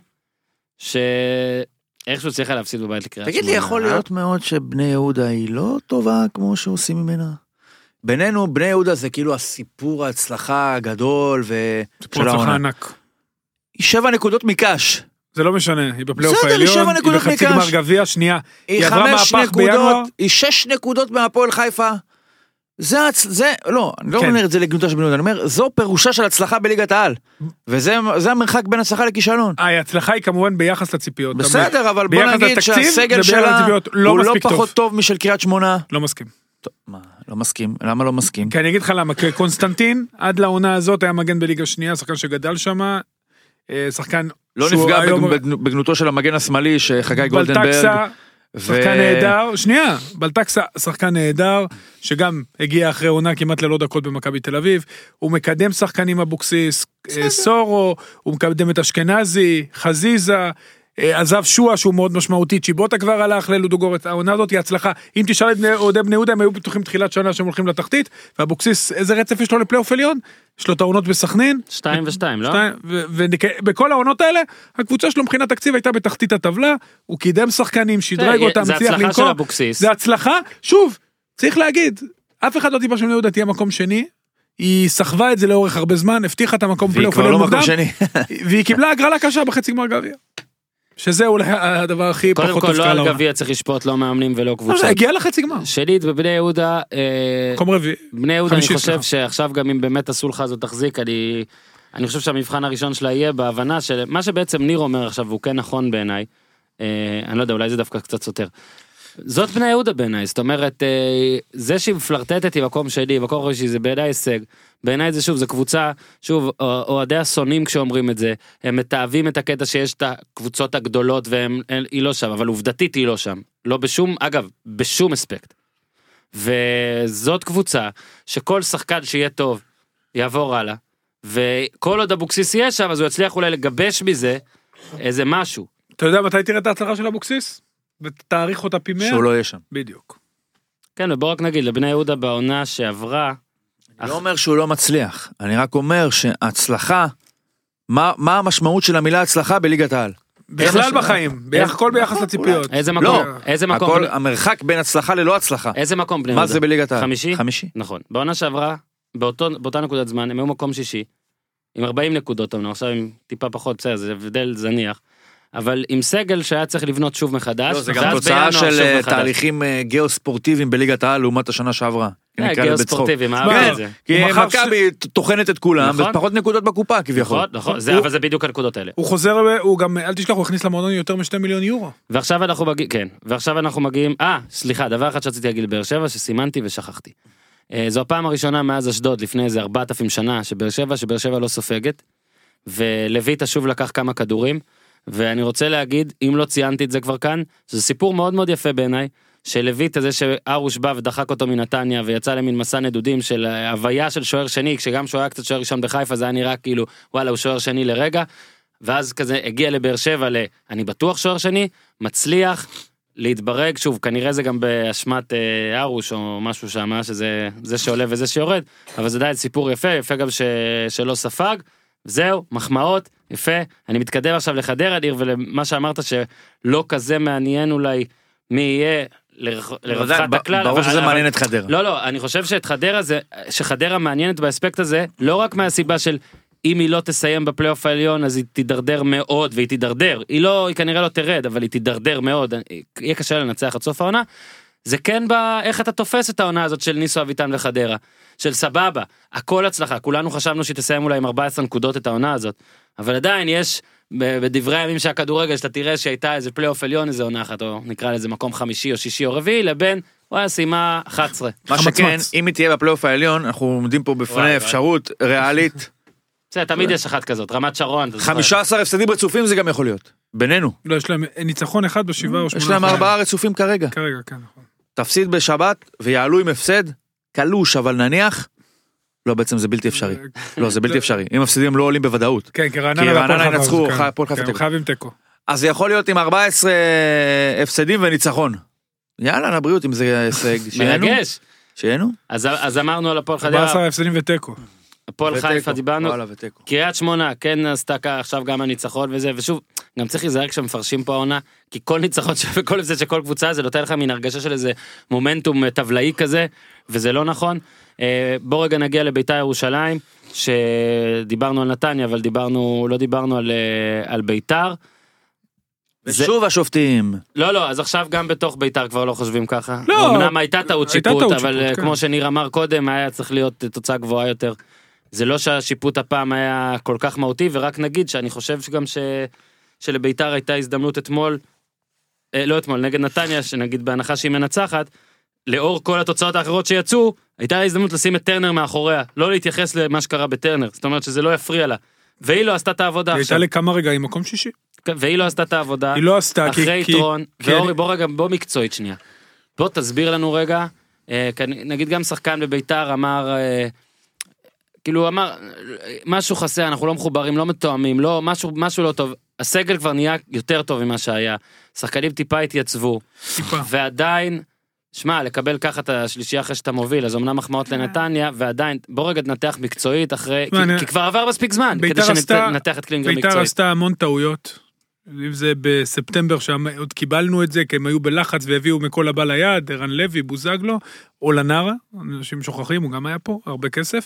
שאיכשהו צריכה להפסיד בבית לקריית שמונה. תגיד לי, יכול להיות מאוד שבני יהודה היא לא טובה כמו שעושים ממנה? בינינו, בני יהודה זה כאילו הסיפור ההצלחה הגדול, סיפור הצלחה ענק. היא שבע נקודות מקש. זה לא משנה, היא בפלייאוף העליון, היא בחצי גמר גביע, שנייה, היא חמש נקודות, היא שש נקודות מהפועל חיפה, זה, זה, לא, אני לא אומר את זה לגנותה של בני יהודה, אני אומר, זו פירושה של הצלחה בליגת העל, וזה המרחק בין הצלחה לכישלון. ההצלחה היא כמובן ביחס לציפיות. בסדר, אבל בוא נגיד שהסגל שלה הוא לא פחות טוב משל קריית שמונה. לא מסכים. מה, לא מסכים, למה לא מסכים? כי אני אגיד לך למה, קונסטנטין, עד לעונה הזאת היה מגן בליגה שנייה, שחקן שגדל שמה, שחקן לא נפגע בגנותו של המגן השמאלי שחגי גולדנברג. בלטקסה, שחקן נהדר, שנייה, בלטקסה, שחקן נהדר, שגם הגיע אחרי עונה כמעט ללא דקות במכבי תל אביב, הוא מקדם שחקנים אבוקסיס, סורו, הוא מקדם את אשכנזי, חזיזה, עזב שואה שהוא מאוד משמעותי, צ'יבוטה כבר הלך ללודוגורץ, העונה הזאת היא הצלחה, אם תשאל את אוהדי בני יהודה, הם היו בטוחים תחילת שנה שהם הולכים לתחתית, ואבוקסיס, איזה רצף יש לו לפלייאוף עליון? יש לו את העונות בסכנין. שתיים ושתיים, לא? ובכל העונות האלה, הקבוצה שלו מבחינת תקציב הייתה בתחתית הטבלה, הוא קידם שחקנים, שדרג אותם, מצליח למכור. זה הצלחה, שוב, צריך להגיד, אף אחד לא טיפה של בני יהודה תהיה מקום שני, היא סחבה את זה לאורך הרבה זמן, הבטיחה את המקום פלייאוף עליון מוקדם, והיא קיבלה הגרלה קשה בחצי גמר גביע. שזה אולי הדבר הכי פחות תפקע לעונה. קודם כל לא על גביע צריך לשפוט, לא מאמנים ולא קבוצות. הגיע לחצי גמר. שנית, בבני יהודה, מקום רביעי. בני יהודה אני חושב שעכשיו גם אם באמת עשו לך זאת תחזיק, אני, אני חושב שהמבחן הראשון שלה יהיה בהבנה של מה שבעצם ניר אומר עכשיו, והוא כן נכון בעיניי, אני לא יודע, אולי זה דווקא קצת סותר. זאת בני יהודה בעיניי, זאת אומרת, זה שהיא מפלרטטת עם מקום שלי, מקום ראשי, זה בעיניי הישג, בעיניי זה שוב, זה קבוצה, שוב, אוהדי השונאים כשאומרים את זה, הם מתאהבים את הקטע שיש את הקבוצות הגדולות, והיא לא שם, אבל עובדתית היא לא שם, לא בשום, אגב, בשום אספקט, וזאת קבוצה, שכל שחקן שיהיה טוב, יעבור הלאה, וכל עוד אבוקסיס יהיה שם, אז הוא יצליח אולי לגבש מזה, איזה משהו. אתה יודע מתי תראה את ההצלחה של אבוקסיס? ותאריך אותה פי מאה? שהוא לא יהיה שם. בדיוק. כן, ובוא רק נגיד, לבני יהודה בעונה שעברה... אני לא אומר שהוא לא מצליח, אני רק אומר שהצלחה, מה, מה המשמעות של המילה הצלחה בליגת העל? בכלל בחיים, הכל ביחס לציפיות. איזה מקום? לא, איזה מקום? הכל, המרחק בין הצלחה ללא הצלחה. איזה מקום בני יהודה? מה זה בליגת העל? חמישי? חמישי. נכון. בעונה שעברה, באותו, באותה נקודת זמן, הם היו מקום שישי, עם ארבעים נקודות, עכשיו עם טיפה פחות, בסדר, זה הבדל זניח. אבל עם סגל שהיה צריך לבנות שוב מחדש. לא, זה גם תוצאה של תהליכים גיאוספורטיביים בליגת העל לעומת השנה שעברה. גיאוספורטיביים, אהב את זה. כי מכבי טוחנת את כולם, ופחות נקודות בקופה כביכול. נכון, אבל זה בדיוק הנקודות האלה. הוא חוזר, הוא גם, אל תשכח, הוא הכניס למועדון יותר משתי מיליון יורו. ועכשיו אנחנו מגיעים, כן, ועכשיו אנחנו מגיעים, אה, סליחה, דבר אחד שרציתי להגיד לבאר שבע, שסימנתי ושכחתי. זו הפעם הראשונה מאז אשדוד, לפני איזה ארבעת אלפים שנה, שבאר שבע, שבאר שבע לא סופגת, ולויטה שוב לקח כמה כדורים, ואני רוצה להגיד, אם לא ציינתי את זה כבר כאן, זה סיפור מאוד מאוד יפה בעיניי, שלויט הזה שארוש בא ודחק אותו מנתניה, ויצא למין מסע נדודים של הוויה של שוער שני, כשגם שהוא היה קצת שוער ראשון בחיפה, זה היה נראה כאילו, וואלה, הוא שוער שני לרגע, ואז כזה הגיע לבאר שבע ל, אני בטוח שוער שני, מצליח להתברג, שוב, כנראה זה גם באשמת אה, ארוש או משהו שם, שזה זה שעולה וזה שיורד, אבל זה די סיפור יפה, יפה גם ש, שלא ספג, זהו, מחמאות, יפה, אני מתקדם עכשיו לחדרה, ניר, ולמה שאמרת שלא כזה מעניין אולי מי יהיה לרווחת הכלל. ברור שזה מעניין את חדרה. לא, לא, אני חושב שאת חדרה זה, שחדרה מעניינת באספקט הזה, לא רק מהסיבה של אם היא לא תסיים בפלייאוף העליון, אז היא תידרדר מאוד, והיא תידרדר, היא לא, היא כנראה לא תרד, אבל היא תידרדר מאוד, יהיה קשה לנצח עד סוף העונה, זה כן בא, איך אתה תופס את העונה הזאת של ניסו אביטן וחדרה, של סבבה, הכל הצלחה, כולנו חשבנו שהיא תסיים אולי עם ארבע עשרה נקודות את העונה הזאת, אבל עדיין יש, בדברי הימים שהכדורגל, שאתה תראה שהייתה איזה פלייאוף עליון, איזה עונה אחת, או נקרא לזה מקום חמישי או שישי או רביעי, לבין, וואי, סיימה אחת עשרה. מה שכן, אם היא תהיה בפלייאוף העליון, אנחנו עומדים פה בפני אפשרות ריאלית. זה, תמיד יש אחת כזאת, רמת שרון. חמישה עשר הפסדים רצופים זה גם יכול להיות, בינינו. לא, יש להם ניצחון אחד בשבעה או שמונה. יש להם ארבעה רצופים כרגע. כרגע, כן, נכון. תפסיד בשבת ויעלו עם הפסד, קלוש, אבל נניח, לא, בעצם זה בלתי אפשרי. לא, זה בלתי אפשרי. אם הפסדים לא עולים בוודאות. כן, כי רעננה ינצחו, הפועל חיפה תיקו. חייבים תיקו. אז זה יכול להיות עם ארבע עשרה הפסדים וניצחון. יאללה, לבריאות, אם זה הישג. מרגש. שיהנו? אז אמרנו על הפועל חדרה. ארבע עשרה הפסדים ותיקו. הפועל חיפה דיברנו. קריית שמונה, כן עשתה עכשיו גם הניצחון וזה, ושוב, גם צריך להיזהר כשמפרשים פה העונה, כי כל ניצחון וכל הפסד של כל קבוצה, זה נותן לך מן הרגשה של איזה מומנטום טבלאי כזה, וזה לא נכון. בוא רגע נגיע לביתר ירושלים, שדיברנו על נתניה, אבל דיברנו, לא דיברנו על, על ביתר. ושוב השופטים. לא, לא, אז עכשיו גם בתוך ביתר כבר לא חושבים ככה. לא. אמנם הייתה טעות שיפוט, אבל כמו שניר אמר קודם, היה צריך להיות תוצאה גבוהה יותר. זה לא שהשיפוט הפעם היה כל כך מהותי, ורק נגיד שאני חושב שגם ש... שלביתר הייתה הזדמנות אתמול, אה, לא אתמול, נגד נתניה, שנגיד בהנחה שהיא מנצחת, לאור כל התוצאות האחרות שיצאו, הייתה הזדמנות לשים את טרנר מאחוריה, לא להתייחס למה שקרה בטרנר, זאת אומרת שזה לא יפריע לה, והיא לא עשתה את העבודה עכשיו. הייתה לכמה רגעים מקום שישי. והיא לא עשתה את העבודה, היא לא עשתה, אחרי כי, יתרון, כי, ואורי, כי... בוא רגע, בוא מקצועית שנייה, בוא תסביר לנו רגע, אה, נגיד גם שחקן בביתר אמר, אה, כאילו אמר, משהו חסר, אנחנו לא מחוברים, לא מתואמים, לא, משהו, משהו לא טוב, הסגל כבר נהיה יותר טוב ממה שהיה, שחקנים טיפה התייצבו, טיפה. ועדיין, שמע, לקבל ככה את השלישייה אחרי שאתה מוביל, אז אמנם מחמאות לנתניה, ועדיין, בוא רגע נתח מקצועית אחרי, כי, אני... כי כבר עבר מספיק זמן, כדי שנתח את קלינגר מקצועית. ביתר עשתה המון טעויות, אם זה בספטמבר, שעוד קיבלנו את זה, כי הם היו בלחץ והביאו מכל הבא ליד, ערן לוי, בוזגלו, או לנרה, אנשים שוכחים, הוא גם היה פה, הרבה כסף,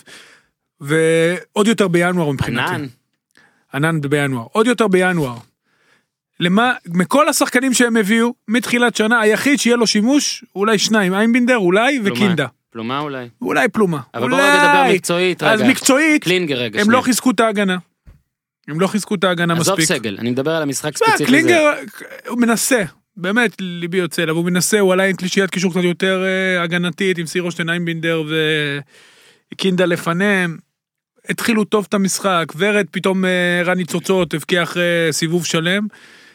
ועוד יותר בינואר מבחינתי. ענן. ענן בינואר. עוד יותר בינואר. למה, מכל השחקנים שהם הביאו, מתחילת שנה, היחיד שיהיה לו שימוש, אולי שניים, איינבינדר, אולי, וקינדה. פלומה אולי. אולי פלומה. אבל בואו רגע דבר מקצועית, רגע. אז מקצועית, קלינגר רגע. הם לא חיזקו את ההגנה. הם לא חיזקו את ההגנה מספיק. עזוב סגל, אני מדבר על המשחק ספציפי. קלינגר, הוא מנסה. באמת, ליבי יוצא אליו, הוא מנסה, הוא עלה עם תלישיית קישור קצת יותר הגנתית, עם סירושטיין, איינבינדר וקינדה לפניהם. התחילו טוב את המשחק, ורד פתאום רני צוצות, הבקיע אחרי סיבוב שלם.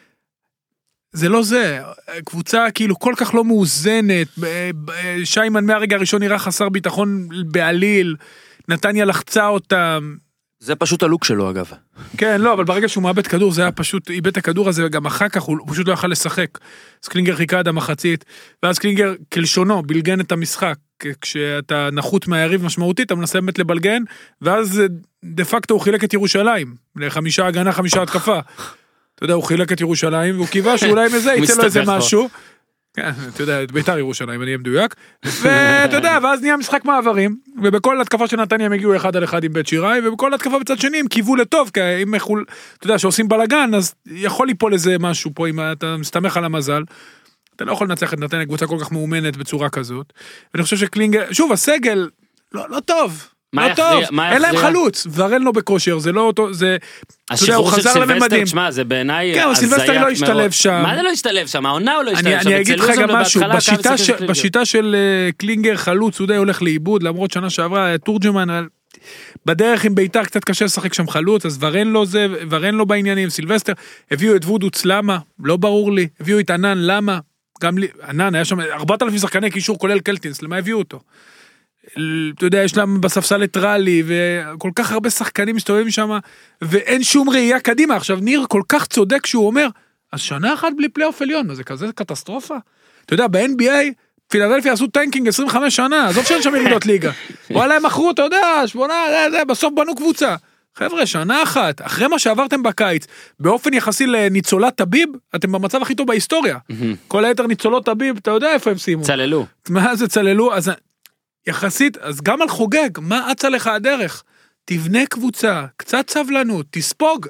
זה לא זה, קבוצה כאילו כל כך לא מאוזנת, שיימן מהרגע הראשון נראה חסר ביטחון בעליל, נתניה לחצה אותם. זה פשוט הלוק שלו אגב. כן, לא, אבל ברגע שהוא מאבד כדור, זה היה פשוט, איבד את הכדור הזה, וגם אחר כך הוא פשוט לא יכל לשחק. אז קלינגר חיכה עד המחצית, ואז קלינגר כלשונו, בלגן את המשחק, כשאתה נחות מהיריב משמעותית, אתה מנסה באמת לבלגן, ואז דה פקטו הוא חילק את ירושלים, לחמישה הגנה, חמישה התקפה. אתה יודע, הוא חילק את ירושלים, והוא קיווה שאולי מזה יצא לו איזה משהו. כן, אתה יודע, את ביתר ירושלים, אני אהיה מדויק. ואתה יודע, ואז נהיה משחק מעברים, ובכל התקפה של נתניה הם הגיעו אחד על אחד עם בית שיראי, ובכל התקפה בצד שני הם קיוו לטוב, כי אם אתה יודע, שעושים בלגן, אז יכול ליפול איזה משהו פה, אם אתה מסתמך על המזל. אתה לא יכול לנצח את נתניה, קבוצה כל כך מאומנת בצורה כזאת. ואני חושב שקלינגר, שוב, הסגל, לא, לא טוב. לא טוב, אין להם חלוץ, ורן לא בכושר, זה לא אותו, זה, אתה יודע, הוא חזר לממדים. שמה, זה בעיניי, כן, סילבסטר לא השתלב שם. מה זה לא השתלב שם? העונה הוא לא השתלב שם. אני אגיד לך גם משהו, בשיטה של קלינגר חלוץ, הוא די הולך לאיבוד, למרות שנה שעברה, תורג'מן, בדרך עם ביתר קצת קשה לשחק שם חלוץ, אז ורן לא זה, ורן לא בעניינים, סילבסטר, הביאו את וודוץ, למה? לא ברור לי, הביאו את ענן, למה? גם לי, ענן, היה שם ארבעת אלפים שחקני קישור כולל קלטינס, למה הביאו אותו? אתה יודע, יש להם בספסל את רלי, וכל כך הרבה שחקנים מסתובבים שם, ואין שום ראייה קדימה. עכשיו, ניר כל כך צודק שהוא אומר, אז שנה אחת בלי פלייאוף עליון, זה כזה קטסטרופה. אתה יודע, ב-אן בי איי, פילדלפיה עשו טנקינג עשרים וחמש שנה, עזוב שאין שם ירידות ליגה. וואלה, הם מכרו, אתה יודע, שמונה, זה, זה, בסוף בנו קבוצה. חבר'ה, שנה אחת, אחרי מה שעברתם בקיץ, באופן יחסי לניצולת טביב, אתם במצב הכי טוב בהיסטוריה. כל היתר ניצולות טביב, אתה יודע איפה הם שימו. צללו. מה זה צללו? אז יחסית, אז גם על חוגג, מה אצה לך הדרך? תבנה קבוצה, קצת סבלנות, תספוג,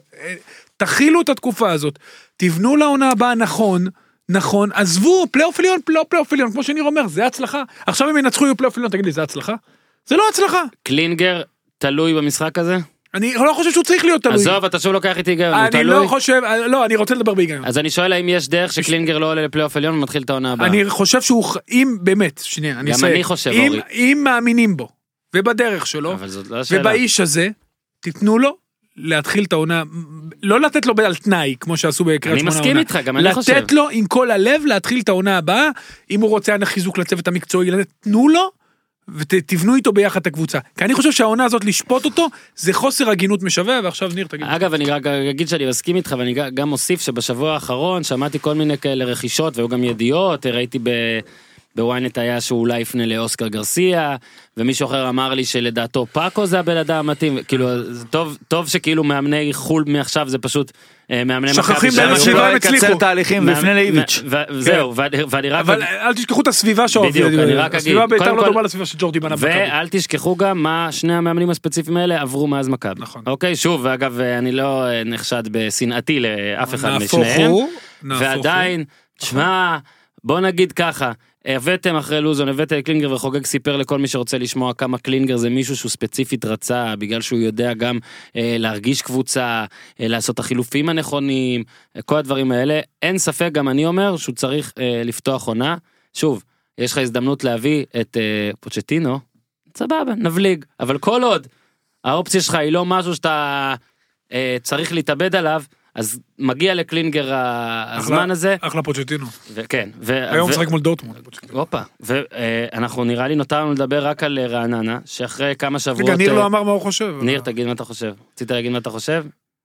תכילו את התקופה הזאת, תבנו לעונה הבאה נכון, נכון, עזבו, פלייאוף עליון, פלייאוף עליון, כמו שניר אומר, זה הצלחה. עכשיו הם ינצחו יהיו פלייאוף עליון, תגיד לי, זה הצלחה? זה לא הצלחה. קלינגר תלוי במשחק הזה? אני לא חושב שהוא צריך להיות תלוי. עזוב, אתה שוב לוקח איתי היגיון, הוא תלוי? אני לא חושב, לא, אני רוצה לדבר בהיגיון. אז אני שואל האם יש דרך שקלינגר לא עולה לפלייאוף עליון ומתחיל את העונה הבאה. אני חושב שהוא, אם באמת, שנייה, אני גם אני חושב, אורי. אם מאמינים בו, ובדרך שלו, ובאיש הזה, תיתנו לו להתחיל את העונה, לא לתת לו על תנאי, כמו שעשו בקריית שמונה עונה. אני מסכים איתך, גם אני חושב. לתת לו עם כל הלב להתחיל את העונה הבאה, אם הוא רוצה חיזוק לצוות המקצועי, תנו לו, ותבנו איתו ביחד את הקבוצה. כי אני חושב שהעונה הזאת לשפוט אותו, זה חוסר הגינות משווה, ועכשיו ניר תגיד. אגב, אני רק אגיד שאני מסכים איתך, ואני גם מוסיף שבשבוע האחרון, שמעתי כל מיני כאלה רכישות, והיו גם ידיעות, ראיתי ב... בוויינט היה שהוא אולי יפנה לאוסקר גרסיה, ומישהו אחר אמר לי שלדעתו פאקו זה הבן אדם המתאים, כאילו, טוב, טוב שכאילו מאמני חול מעכשיו זה פשוט מאמני שכחים בין הסביבה הם הצליחו. לקצר תהליכים בפני לאיביץ'. זהו, ואני רק... אבל אל תשכחו את הסביבה שאוהב. בדיוק, אני רק אגיד. הסביבה ביתר לא דומה לסביבה שג'ורדי בנה מכבי. ואל תשכחו גם מה שני המאמנים הספציפיים האלה עברו מאז מכבי. נכון. אוקיי, שוב, ואגב, אני לא נחשד בשנאתי לאף אחד משניהם. ועדיין, תשמע, בוא נגיד ככה, הבאתם אחרי לוזון, הבאתם קלינגר וחוגג סיפר לכל מי שרוצה לשמוע כמה קלינגר זה מישהו שהוא ספציפית רצה, בגלל שהוא יודע גם אה, להרגיש קבוצה, אה, לעשות את החילופים הנכונים, אה, כל הדברים האלה. אין ספק, גם אני אומר שהוא צריך אה, לפתוח עונה. שוב, יש לך הזדמנות להביא את אה, פוצ'טינו, סבבה, נבליג, אבל כל עוד האופציה שלך היא לא משהו שאתה אה, צריך להתאבד עליו, אז מגיע לקלינגר הזמן הזה. אחלה פוצ'טינו. כן. היום שחק מול דורטמונד. אופה. ואנחנו נראה לי נותרנו לדבר רק על רעננה, שאחרי כמה שבועות... רגע, ניר לא אמר מה הוא חושב. ניר, תגיד מה אתה חושב. רצית להגיד מה אתה חושב?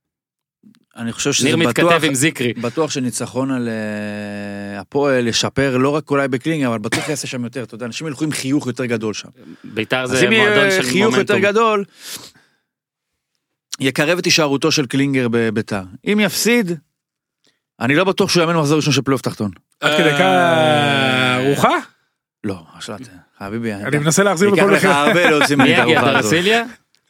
אני חושב שזה ניר מתכתב עם זיקרי. בטוח שניצחון על הפועל ישפר לא רק אולי בקלינגר, אבל בטוח יעשה שם יותר. אתה יודע, אנשים ילכו עם חיוך יותר גדול שם. ביתר זה מועדון של חיוך יותר גדול, יקרב את הישארותו של קלינגר בביתר. אם יפסיד, אני לא בטוח שהוא יאמן מחזור ראשון של פלייאוף תחתון. עד כדי כך רוחה? לא, אשלת, חביבי. אני מנסה להחזיר בכל ייקח לך מחיר. הרבה להוציא לי את הרוחה הזאת. דרסיליה?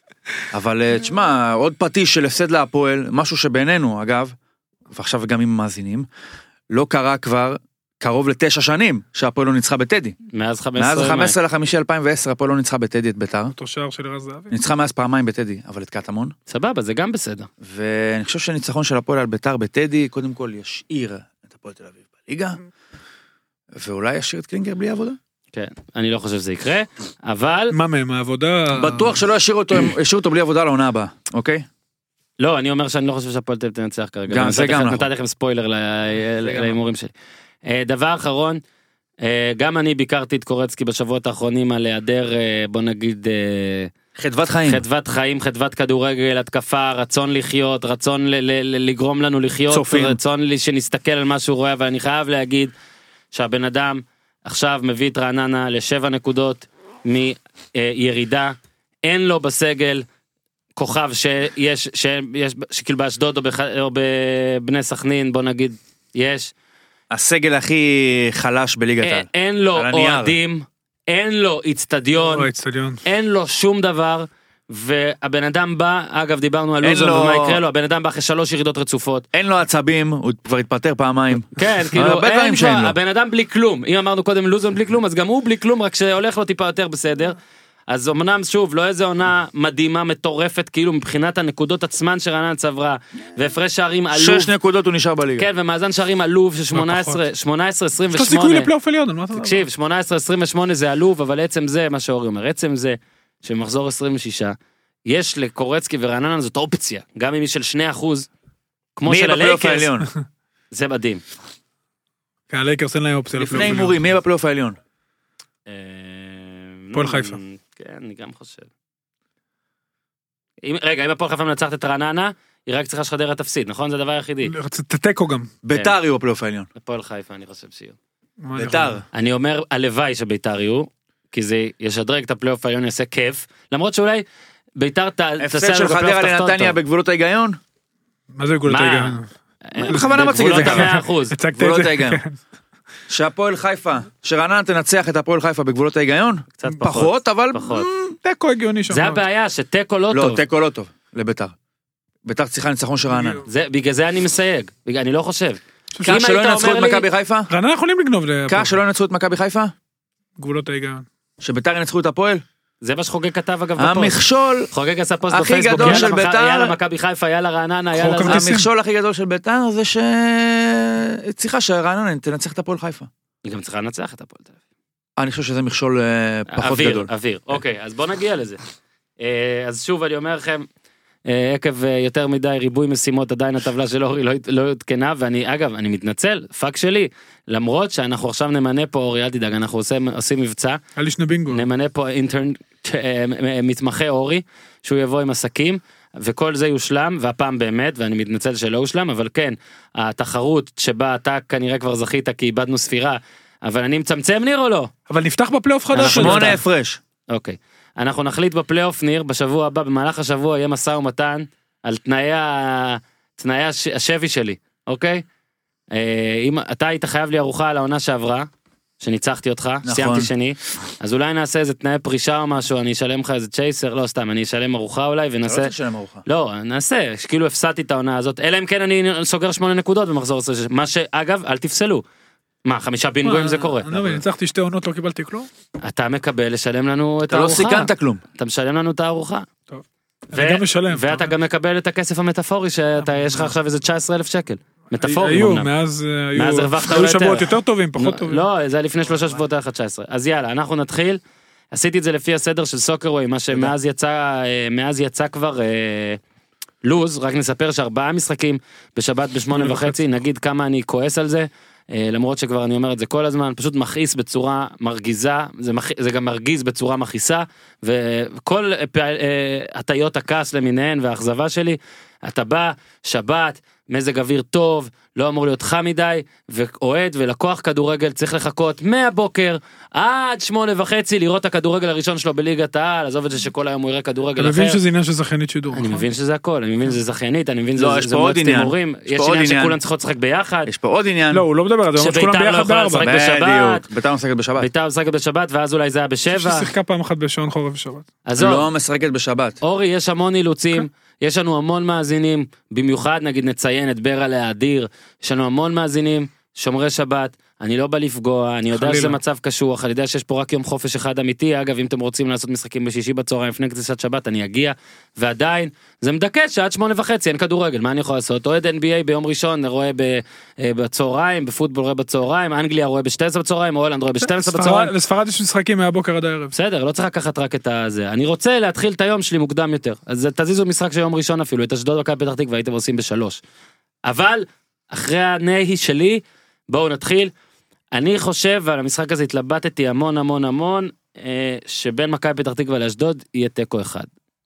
אבל תשמע, עוד פטיש של הפסד להפועל, משהו שבינינו, אגב, ועכשיו גם עם מאזינים, לא קרה כבר קרוב לתשע שנים שהפועל לא ניצחה בטדי. מאז חמש עשרה מאז חמש עשרה לחמישי אלפיים ועשר הפועל לא ניצחה בטדי את ביתר. אותו שער של רז זהבי. ניצחה מאז פעמיים בטדי, אבל את קטמון. סבבה, זה גם בסדר. ואני חושב שהניצחון של הפועל על ביתר בטדי, קודם כל ישאיר את הפועל תל אביב בליגה, ואולי ישאיר את קלינגר בלי עבודה. כן, אני לא חושב שזה יקרה, אבל... מה מהם, העבודה... בטוח שלא ישאיר אותו, ישאיר אותו בלי עבודה לעונה הבאה, אוקיי? לא, אני אומר שאני לא חושב שהפועל תל אביב תנצח כרגע. גם זה גם נכון. נתתי לכם ספוילר להימורים שלי. דבר אחרון, גם אני ביקרתי את קורצקי בשבועות האחרונים על היעדר, בוא נגיד, חדוות חיים, חדוות חיים, חדוות כדורגל, התקפה, רצון לחיות, רצון לגרום לנו לחיות, רצון שנסתכל על מה שהוא רואה, אבל אני חייב להגיד שהבן אדם עכשיו מביא את רעננה לשבע נקודות מירידה, אין לו בסגל כוכב שיש, שיש, שכאילו באשדוד או בבני סכנין, בוא נגיד, יש. הסגל הכי חלש בליגת העל. אין לו אוהדים, אין לו איצטדיון, אין לו שום דבר, והבן אדם בא, אגב דיברנו על לוזון ומה יקרה לו, הבן אדם בא אחרי שלוש ירידות רצופות. אין לו עצבים, הוא כבר התפטר פעמיים. כן, כאילו, אין כבר, הבן אדם בלי כלום, אם אמרנו קודם לוזון בלי כלום, אז גם הוא בלי כלום, רק שהולך לו טיפה יותר בסדר. אז אמנם שוב, לא איזה עונה מדהימה, מטורפת, כאילו מבחינת הנקודות עצמן שרעננה צברה, והפרש שערים עלוב. שש נקודות הוא נשאר בליגה. כן, ומאזן שערים עלוב של שמונה עשרה עשרים ושמונה. יש לך סיכוי לפלייאוף עליון, מה אתה אומר? תקשיב, שמונה עשרה עשרים ושמונה זה עלוב, אבל עצם זה, מה שאורי אומר, עצם זה, שמחזור עשרים ושש, יש לקורצקי ורעננה זאת אופציה, גם אם היא של שני אחוז, כמו של הלייקרס. זה מדהים. כן, הלייקרס אין להם אופציה לפני הימורים, מי בפלייאוף העליון? הפועל חיפה. כן, אני גם חושב. אם, רגע, אם הפועל חיפה מנצחת את רעננה, היא רק צריכה שחדרה תפסיד, נכון? זה הדבר היחידי. תתקו גם. ביתר יהיו בפלייאוף העליון. הפועל חיפה, אני חושב שיהיו. ביתר. אני אומר, הלוואי שביתר יהיו, כי זה ישדרג את הפלייאוף העליון, יעשה כיף, למרות שאולי, ביתר ת- תעשה הפסד לנו של בפלייאוף חדרה תחתון לנתניה טוב. בגבולות ההיגיון? מה זה גבולות מה? ההיגיון? בכוונה מציג את זה בגבולות ככה. המאה אחוז. הצגת את גבולות זה. ההיגיון. שהפועל חיפה, שרעננה תנצח את הפועל חיפה בגבולות ההיגיון? קצת פחות. פחות, אבל... פחות. תיקו הגיוני שם. זה הבעיה, שטקו לא לא, טוב. תיקו לא טוב, לביתר. ביתר צריכה ניצחון של רעננה. זה- בגלל זה אני מסייג, בגלל- אני לא חושב. כך אם שלא היית ינצחו אומר את לי- מכבי חיפה? רעננה יכולים לגנוב כך שלא ינצחו את מכבי חיפה? גבולות ההיגיון. שביתר ינצחו את הפועל? זה מה שחוגג כתב אגב בפוסט. המכשול, חוגג עשה פוסט הכי בפייסבוק, גדול יאללה של מח- ביתר- יאללה מכבי חיפה, יאללה רעננה, יאללה חוק זה. הכרטיסים. המכשול הכי גדול של ביתר זה ש... צריכה שרעננה תנצח את הפועל חיפה. היא גם צריכה לנצח את הפועל תל אביב. אני חושב שזה מכשול אה, פחות אוויר, גדול. אוויר, אוקיי, אז בוא נגיע לזה. אה, אז שוב אני אומר לכם, אה, עקב אה, יותר מדי ריבוי משימות עדיין הטבלה של אורי לא הת- לא עודכנה, ואני אגב, אני מתנצל, פאק שלי, למרות שאנחנו עכשיו נמנה פה, אורי אל תדאג, אנחנו עושים, עושים מבצע, היה לי שני בינגו. נמנה פה אינטרן, אה, מתמחה אורי, שהוא יבוא עם עסקים, וכל זה יושלם, והפעם באמת, ואני מתנצל שלא יושלם, אבל כן, התחרות שבה אתה כנראה כבר זכית כי איבדנו ספירה, אבל אני מצמצם ניר או לא? אבל נפתח בפלייאוף חדש. אנחנו- שמונה נפתח. הפרש. אוקיי. אנחנו נחליט בפלייאוף ניר, בשבוע הבא, במהלך השבוע יהיה מסע ומתן, על תנאי, ה... תנאי הש... השבי שלי, אוקיי? אה, אם אתה היית חייב לי ארוחה על העונה שעברה, שניצחתי אותך, נכון. סיימתי שני, אז אולי נעשה איזה תנאי פרישה או משהו, אני אשלם לך איזה צ'ייסר, לא סתם, אני אשלם ארוחה אולי, אתה לא ונעשה... צריך לשלם ארוחה. לא, נעשה, שכאילו הפסדתי את העונה הזאת, אלא אם כן אני סוגר שמונה נקודות במחזור עשרים ושש, מה שאגב, אל תפסלו. מה, חמישה בינגויים זה קורה. אני לא מבין, ניצחתי שתי עונות, לא קיבלתי כלום. אתה מקבל לשלם לנו את אתה לא הארוחה. סיכנת כלום. אתה משלם לנו את הארוחה. טוב. ו- אני גם משלם. ואתה גם מקבל את הכסף המטאפורי, שאתה, יש לך עכשיו איזה תשע עשרה אלף שקל. מטאפורי היו, אמנם. מאז אה, היו- מאז הרווחת היו אולי שבועות יותר. יותר טובים, פחות טובים. לא, זה היה לפני שלושה שבועות היה תשע עשרה. אז יאללה, אנחנו נתחיל. עשיתי את זה לפי הסדר של סוקרווי, מה שמאז יצא, אה, מאז יצא כבר אה, לוז, רק נספר שארבעה משחקים בשבת בשמונה וחצי, נגיד כמה אני כועס על זה, אה, למרות שכבר אני אומר את זה כל הזמן, פשוט מכעיס בצורה מרגיזה, זה, מח... זה גם מרגיז בצורה מכעיסה, וכל אה, פע- אה, הטיות הכעס למיניהן והאכזבה שלי, אתה בא, שבת, מזג אוויר טוב, לא אמור להיות חם מדי, ואוהד ולקוח כדורגל צריך לחכות מהבוקר עד שמונה וחצי לראות את הכדורגל הראשון שלו בליגת העל, עזוב את זה שכל היום הוא יראה אתה כדורגל מבין אחר. שזה עניין של זכיינית שידור, אני נכון? מבין שזה הכל, אני מבין שזה זכיינית, אני מבין לא, שזה יש זה פה עוד מועצת עניין. הימורים, יש יש פה עוד עניין עניין. שכולם צריכות לשחק ביחד, יש פה עוד עניין. לא, הוא לא מדבר על זה, הוא אומר שכולם שביתר לא ביחד יכולה בארבע. לשחק בשבת. בדיוק. ביתר משחקת בשבת. ביתר משחקת בשבת, ואז אולי זה היה בשבע, ששיחקה פעם אחת בשעון חורף ושבת. עזוב, לא משחקת בשבת. אורי, יש המון אילוצים, יש לנו המון מאזינים, במיוחד נגיד נציין את ברע להאדיר, יש לנו המון מאזינים, שומרי שבת, אני לא בא לפגוע, אני יודע חלילה. שזה מצב קשוח, אני יודע שיש פה רק יום חופש אחד אמיתי, אגב אם אתם רוצים לעשות משחקים בשישי בצהריים לפני כניסת שבת אני אגיע, ועדיין זה מדכא שעד שמונה וחצי אין כדורגל, מה אני יכול לעשות? אוהד אן בי איי ביום ראשון רואה ב- אה, בצהריים, בפוטבול רואה בצהריים, אנגליה רואה ב-שתים עשרה בצהריים, הולנד רואה ב-שתים עשרה בצהריים, ספרד- לספרד יש משחקים מהבוקר עד הערב. בסדר, לא צריך לקחת רק את הזה. אני רוצה להתחיל את היום שלי מוקדם יותר. אז תזיזו משחק של יום ראשון אפילו, את אשדוד מכבי פתח תקווה הייתם עושים בשלוש. אבל, אחרי הנהי שלי, בואו נתחיל. אני חושב, ועל המשחק הזה התלבטתי המון המון המון, אה, שבין מכבי פתח תקווה לאשדוד יהיה תיקו אחד.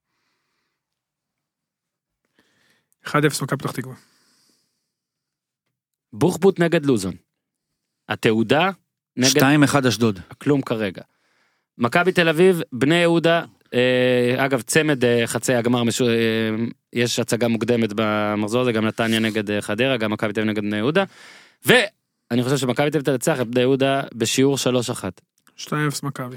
אחד אפס מכבי פתח תקווה. בוחבוט נגד לוזון. התעודה נגד שתיים אחד אשדוד. כלום כרגע. מכבי תל אביב, בני יהודה, אה, אגב צמד אה, חצי הגמר, משו, אה, יש הצגה מוקדמת במחזור הזה, גם נתניה נגד אה, חדרה, גם מכבי תל אביב נגד בני יהודה, ואני חושב שמכבי תל אביב תנצח את בני יהודה בשיעור שלוש אחת. שתיים אפס מכבי.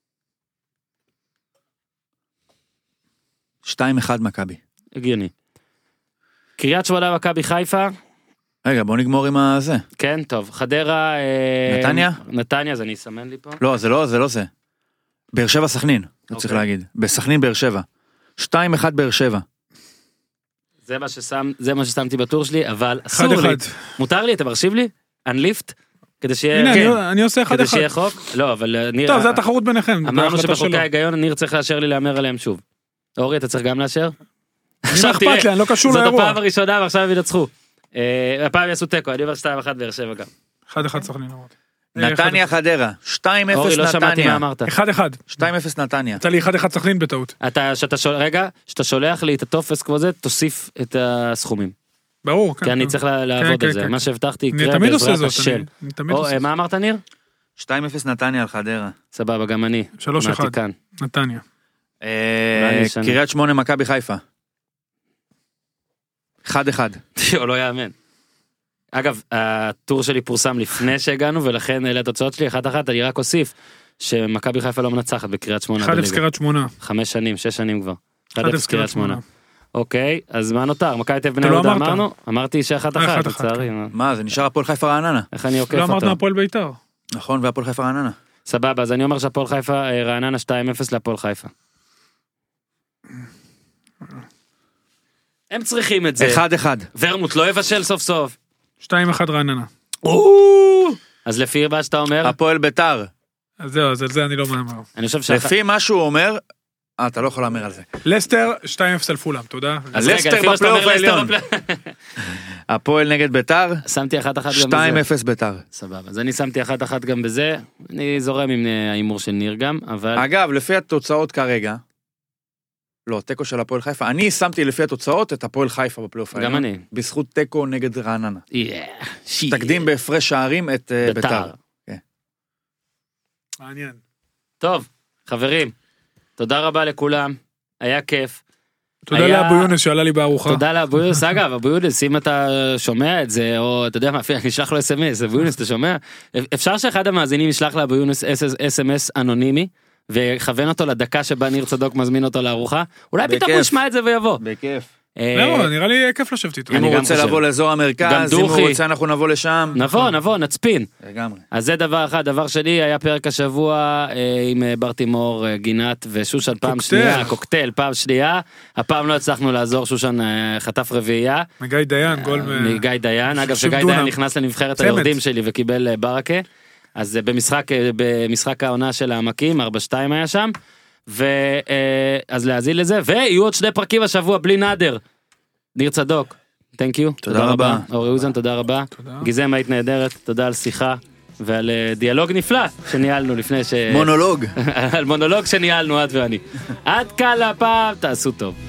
שתיים אחד מכבי. הגיוני. קריית שמונה מכבי חיפה, רגע, בוא נגמור עם הזה. כן, טוב, חדרה, אה, נתניה? נתניה, אז אני אסמן לי פה. לא, זה לא, זה לא זה. באר שבע סכנין, לא צריך אוקיי. להגיד. בסכנין באר שבע. שתיים אחד באר שבע. זה מה ששם, זה מה ששמתי בטור שלי, אבל אחד אסור לי. אחד. מותר לי, אתה מרשיב לי? אנליפט? כדי שיהיה... הנה, כן. אני- אני עושה אחד כדי אחד. שיהיה חוק? לא, אבל אה, ניר... טוב, זה התחרות ביניכם. זה אמרנו ההחלטה שבחוקי שלו. ההיגיון ניר צריך לאשר לי לאמר עליהם שוב. אורי, אתה צריך גם לאשר? אני לא אכפת לי, אני לא קשור זאת לאירוע. הפעם הראשונה ועכשיו הם ינצחו. אה, הפעם יעשו תיקו, אני אומר שתיים אחת באר שבע גם. אחד אחד סכנין אמרתי. נתניה חדרה. שתיים אורי, אפס לא שמעתי מה נתניה. אמרת. אחד אחד. שתיים אפס נתניה. יצא לי אחד אחד סכנין בטעות. אתה, שאתה שולח, רגע, שאתה שולח לי את הטופס כמו זה, תוסיף את הסכומים. ברור. כן, כי אני כן. צריך לה- לעבוד כן, על זה. כן, מה כן. שהבטחתי אני יקרה תמיד עושה בעזרת זאת. השם. אני- אני תמיד או, עושה אה, זאת. מה אמרת ניר? שתיים אפס נתניה על חדרה. סבבה, גם אני. שלוש אחד. מעתיקן. נתניה. קריית שמונה מכבי חיפה. אחד אחד. לא יאמן. אגב, הטור שלי פורסם לפני שהגענו, ולכן אלה התוצאות שלי, אחת אחת, אני רק אוסיף, שמכבי חיפה לא מנצחת בקריית שמונה. אחד אפס קריית שמונה. חמש שנים, שש שנים כבר. אחד אפס קריית שמונה. אוקיי, אז מה נותר? מכבי תל אביב בני יהודה אמרנו? אמרתי שאחת אחת, לצערי. מה, זה נשאר הפועל חיפה רעננה. איך אני עוקף לא אותו? אמרנו הפועל ביתר. נכון, והפועל חיפה רעננה. סבבה, אז אני אומר שהפועל חיפה רעננה שתיים אפס להפועל חיפה. הם צריכים את זה. אחד אחד. ורמוט לא יבשל סוף סוף. שתיים אחד רעננה. אז לפי מה שאתה אומר, הפועל ביתר. אז זהו, אז על זה אני לא מאמר. אני חושב שאחת... לפי מה שהוא אומר, אה, אתה לא יכול לאמר על זה. לסטר שתיים אפס על פולאם, תודה. אז רגע, לסטר לפי מה שאתה אומר, בפלייאוף לסטר העליון. בפלייאוף. הפועל נגד ביתר, שמתי אחת אחת גם בזה. שתיים אפס ביתר. סבבה, אז אני שמתי אחת אחת גם בזה. אני זורם עם האימור של ניר גם, אבל... אגב, לפי התוצאות כרגע, לא, תיקו של הפועל חיפה, אני שמתי לפי התוצאות את הפועל חיפה בפלייאוף העליון. גם אני. בזכות תיקו נגד רעננה. שיט. תקדים בהפרש שערים את אה, ביתר. מעניין. טוב, חברים, תודה רבה לכולם, היה כיף. תודה היה- לאבו יונס שעלה לי בארוחה. תודה לאבו יונס, אגב, אבו יונס, אם אתה שומע את זה, או אתה יודע מה, אפילו אני אשלח לו אס אם אס, אבו יונס, אתה שומע? אפשר שאחד המאזינים ישלח לאבו יונס אס אם אס אנונימי, ויכוון אותו לדקה שבה ניר צדוק מזמין אותו לארוחה, אולי פתאום הוא בכיף. ישמע את זה ויבוא. בכיף. אה, לא, נראה לי כיף לשבת איתו. אם אני הוא גם רוצה חושב. לבוא לאזור גם המרכז, אם דוכי. הוא רוצה אנחנו נבוא לשם. נבוא, נבוא, נצפין. לגמרי. אז זה דבר אחד, דבר שני, היה פרק השבוע אה, עם אה, בר תימור, אה, גינת ושושן פעם קוקטייל. שנייה, קוקטייל פעם שנייה, הפעם לא הצלחנו לעזור, שושן אה, חטף רביעייה, מגיא דיין, גול מ... מגיא דיין, אגב שוב שגיא דונם. דיין נכנס לנבחרת צמד. היורדים שלי וקיבל אה, ברקה, אז אה, במשחק, אה, במשחק העונה של העמקים, ארבע שתיים היה שם, ואז להזיל לזה, ויהיו עוד שני פרקים השבוע בלי נדר, ניר צדוק, תנק יו, תודה רבה. רבה, אורי אוזן, תודה רבה, תודה. גיזם היית נהדרת, תודה על שיחה ועל אה, דיאלוג נפלא שניהלנו לפני ש... מונולוג. על מונולוג שניהלנו את ואני. עד כאן לפעם, תעשו טוב.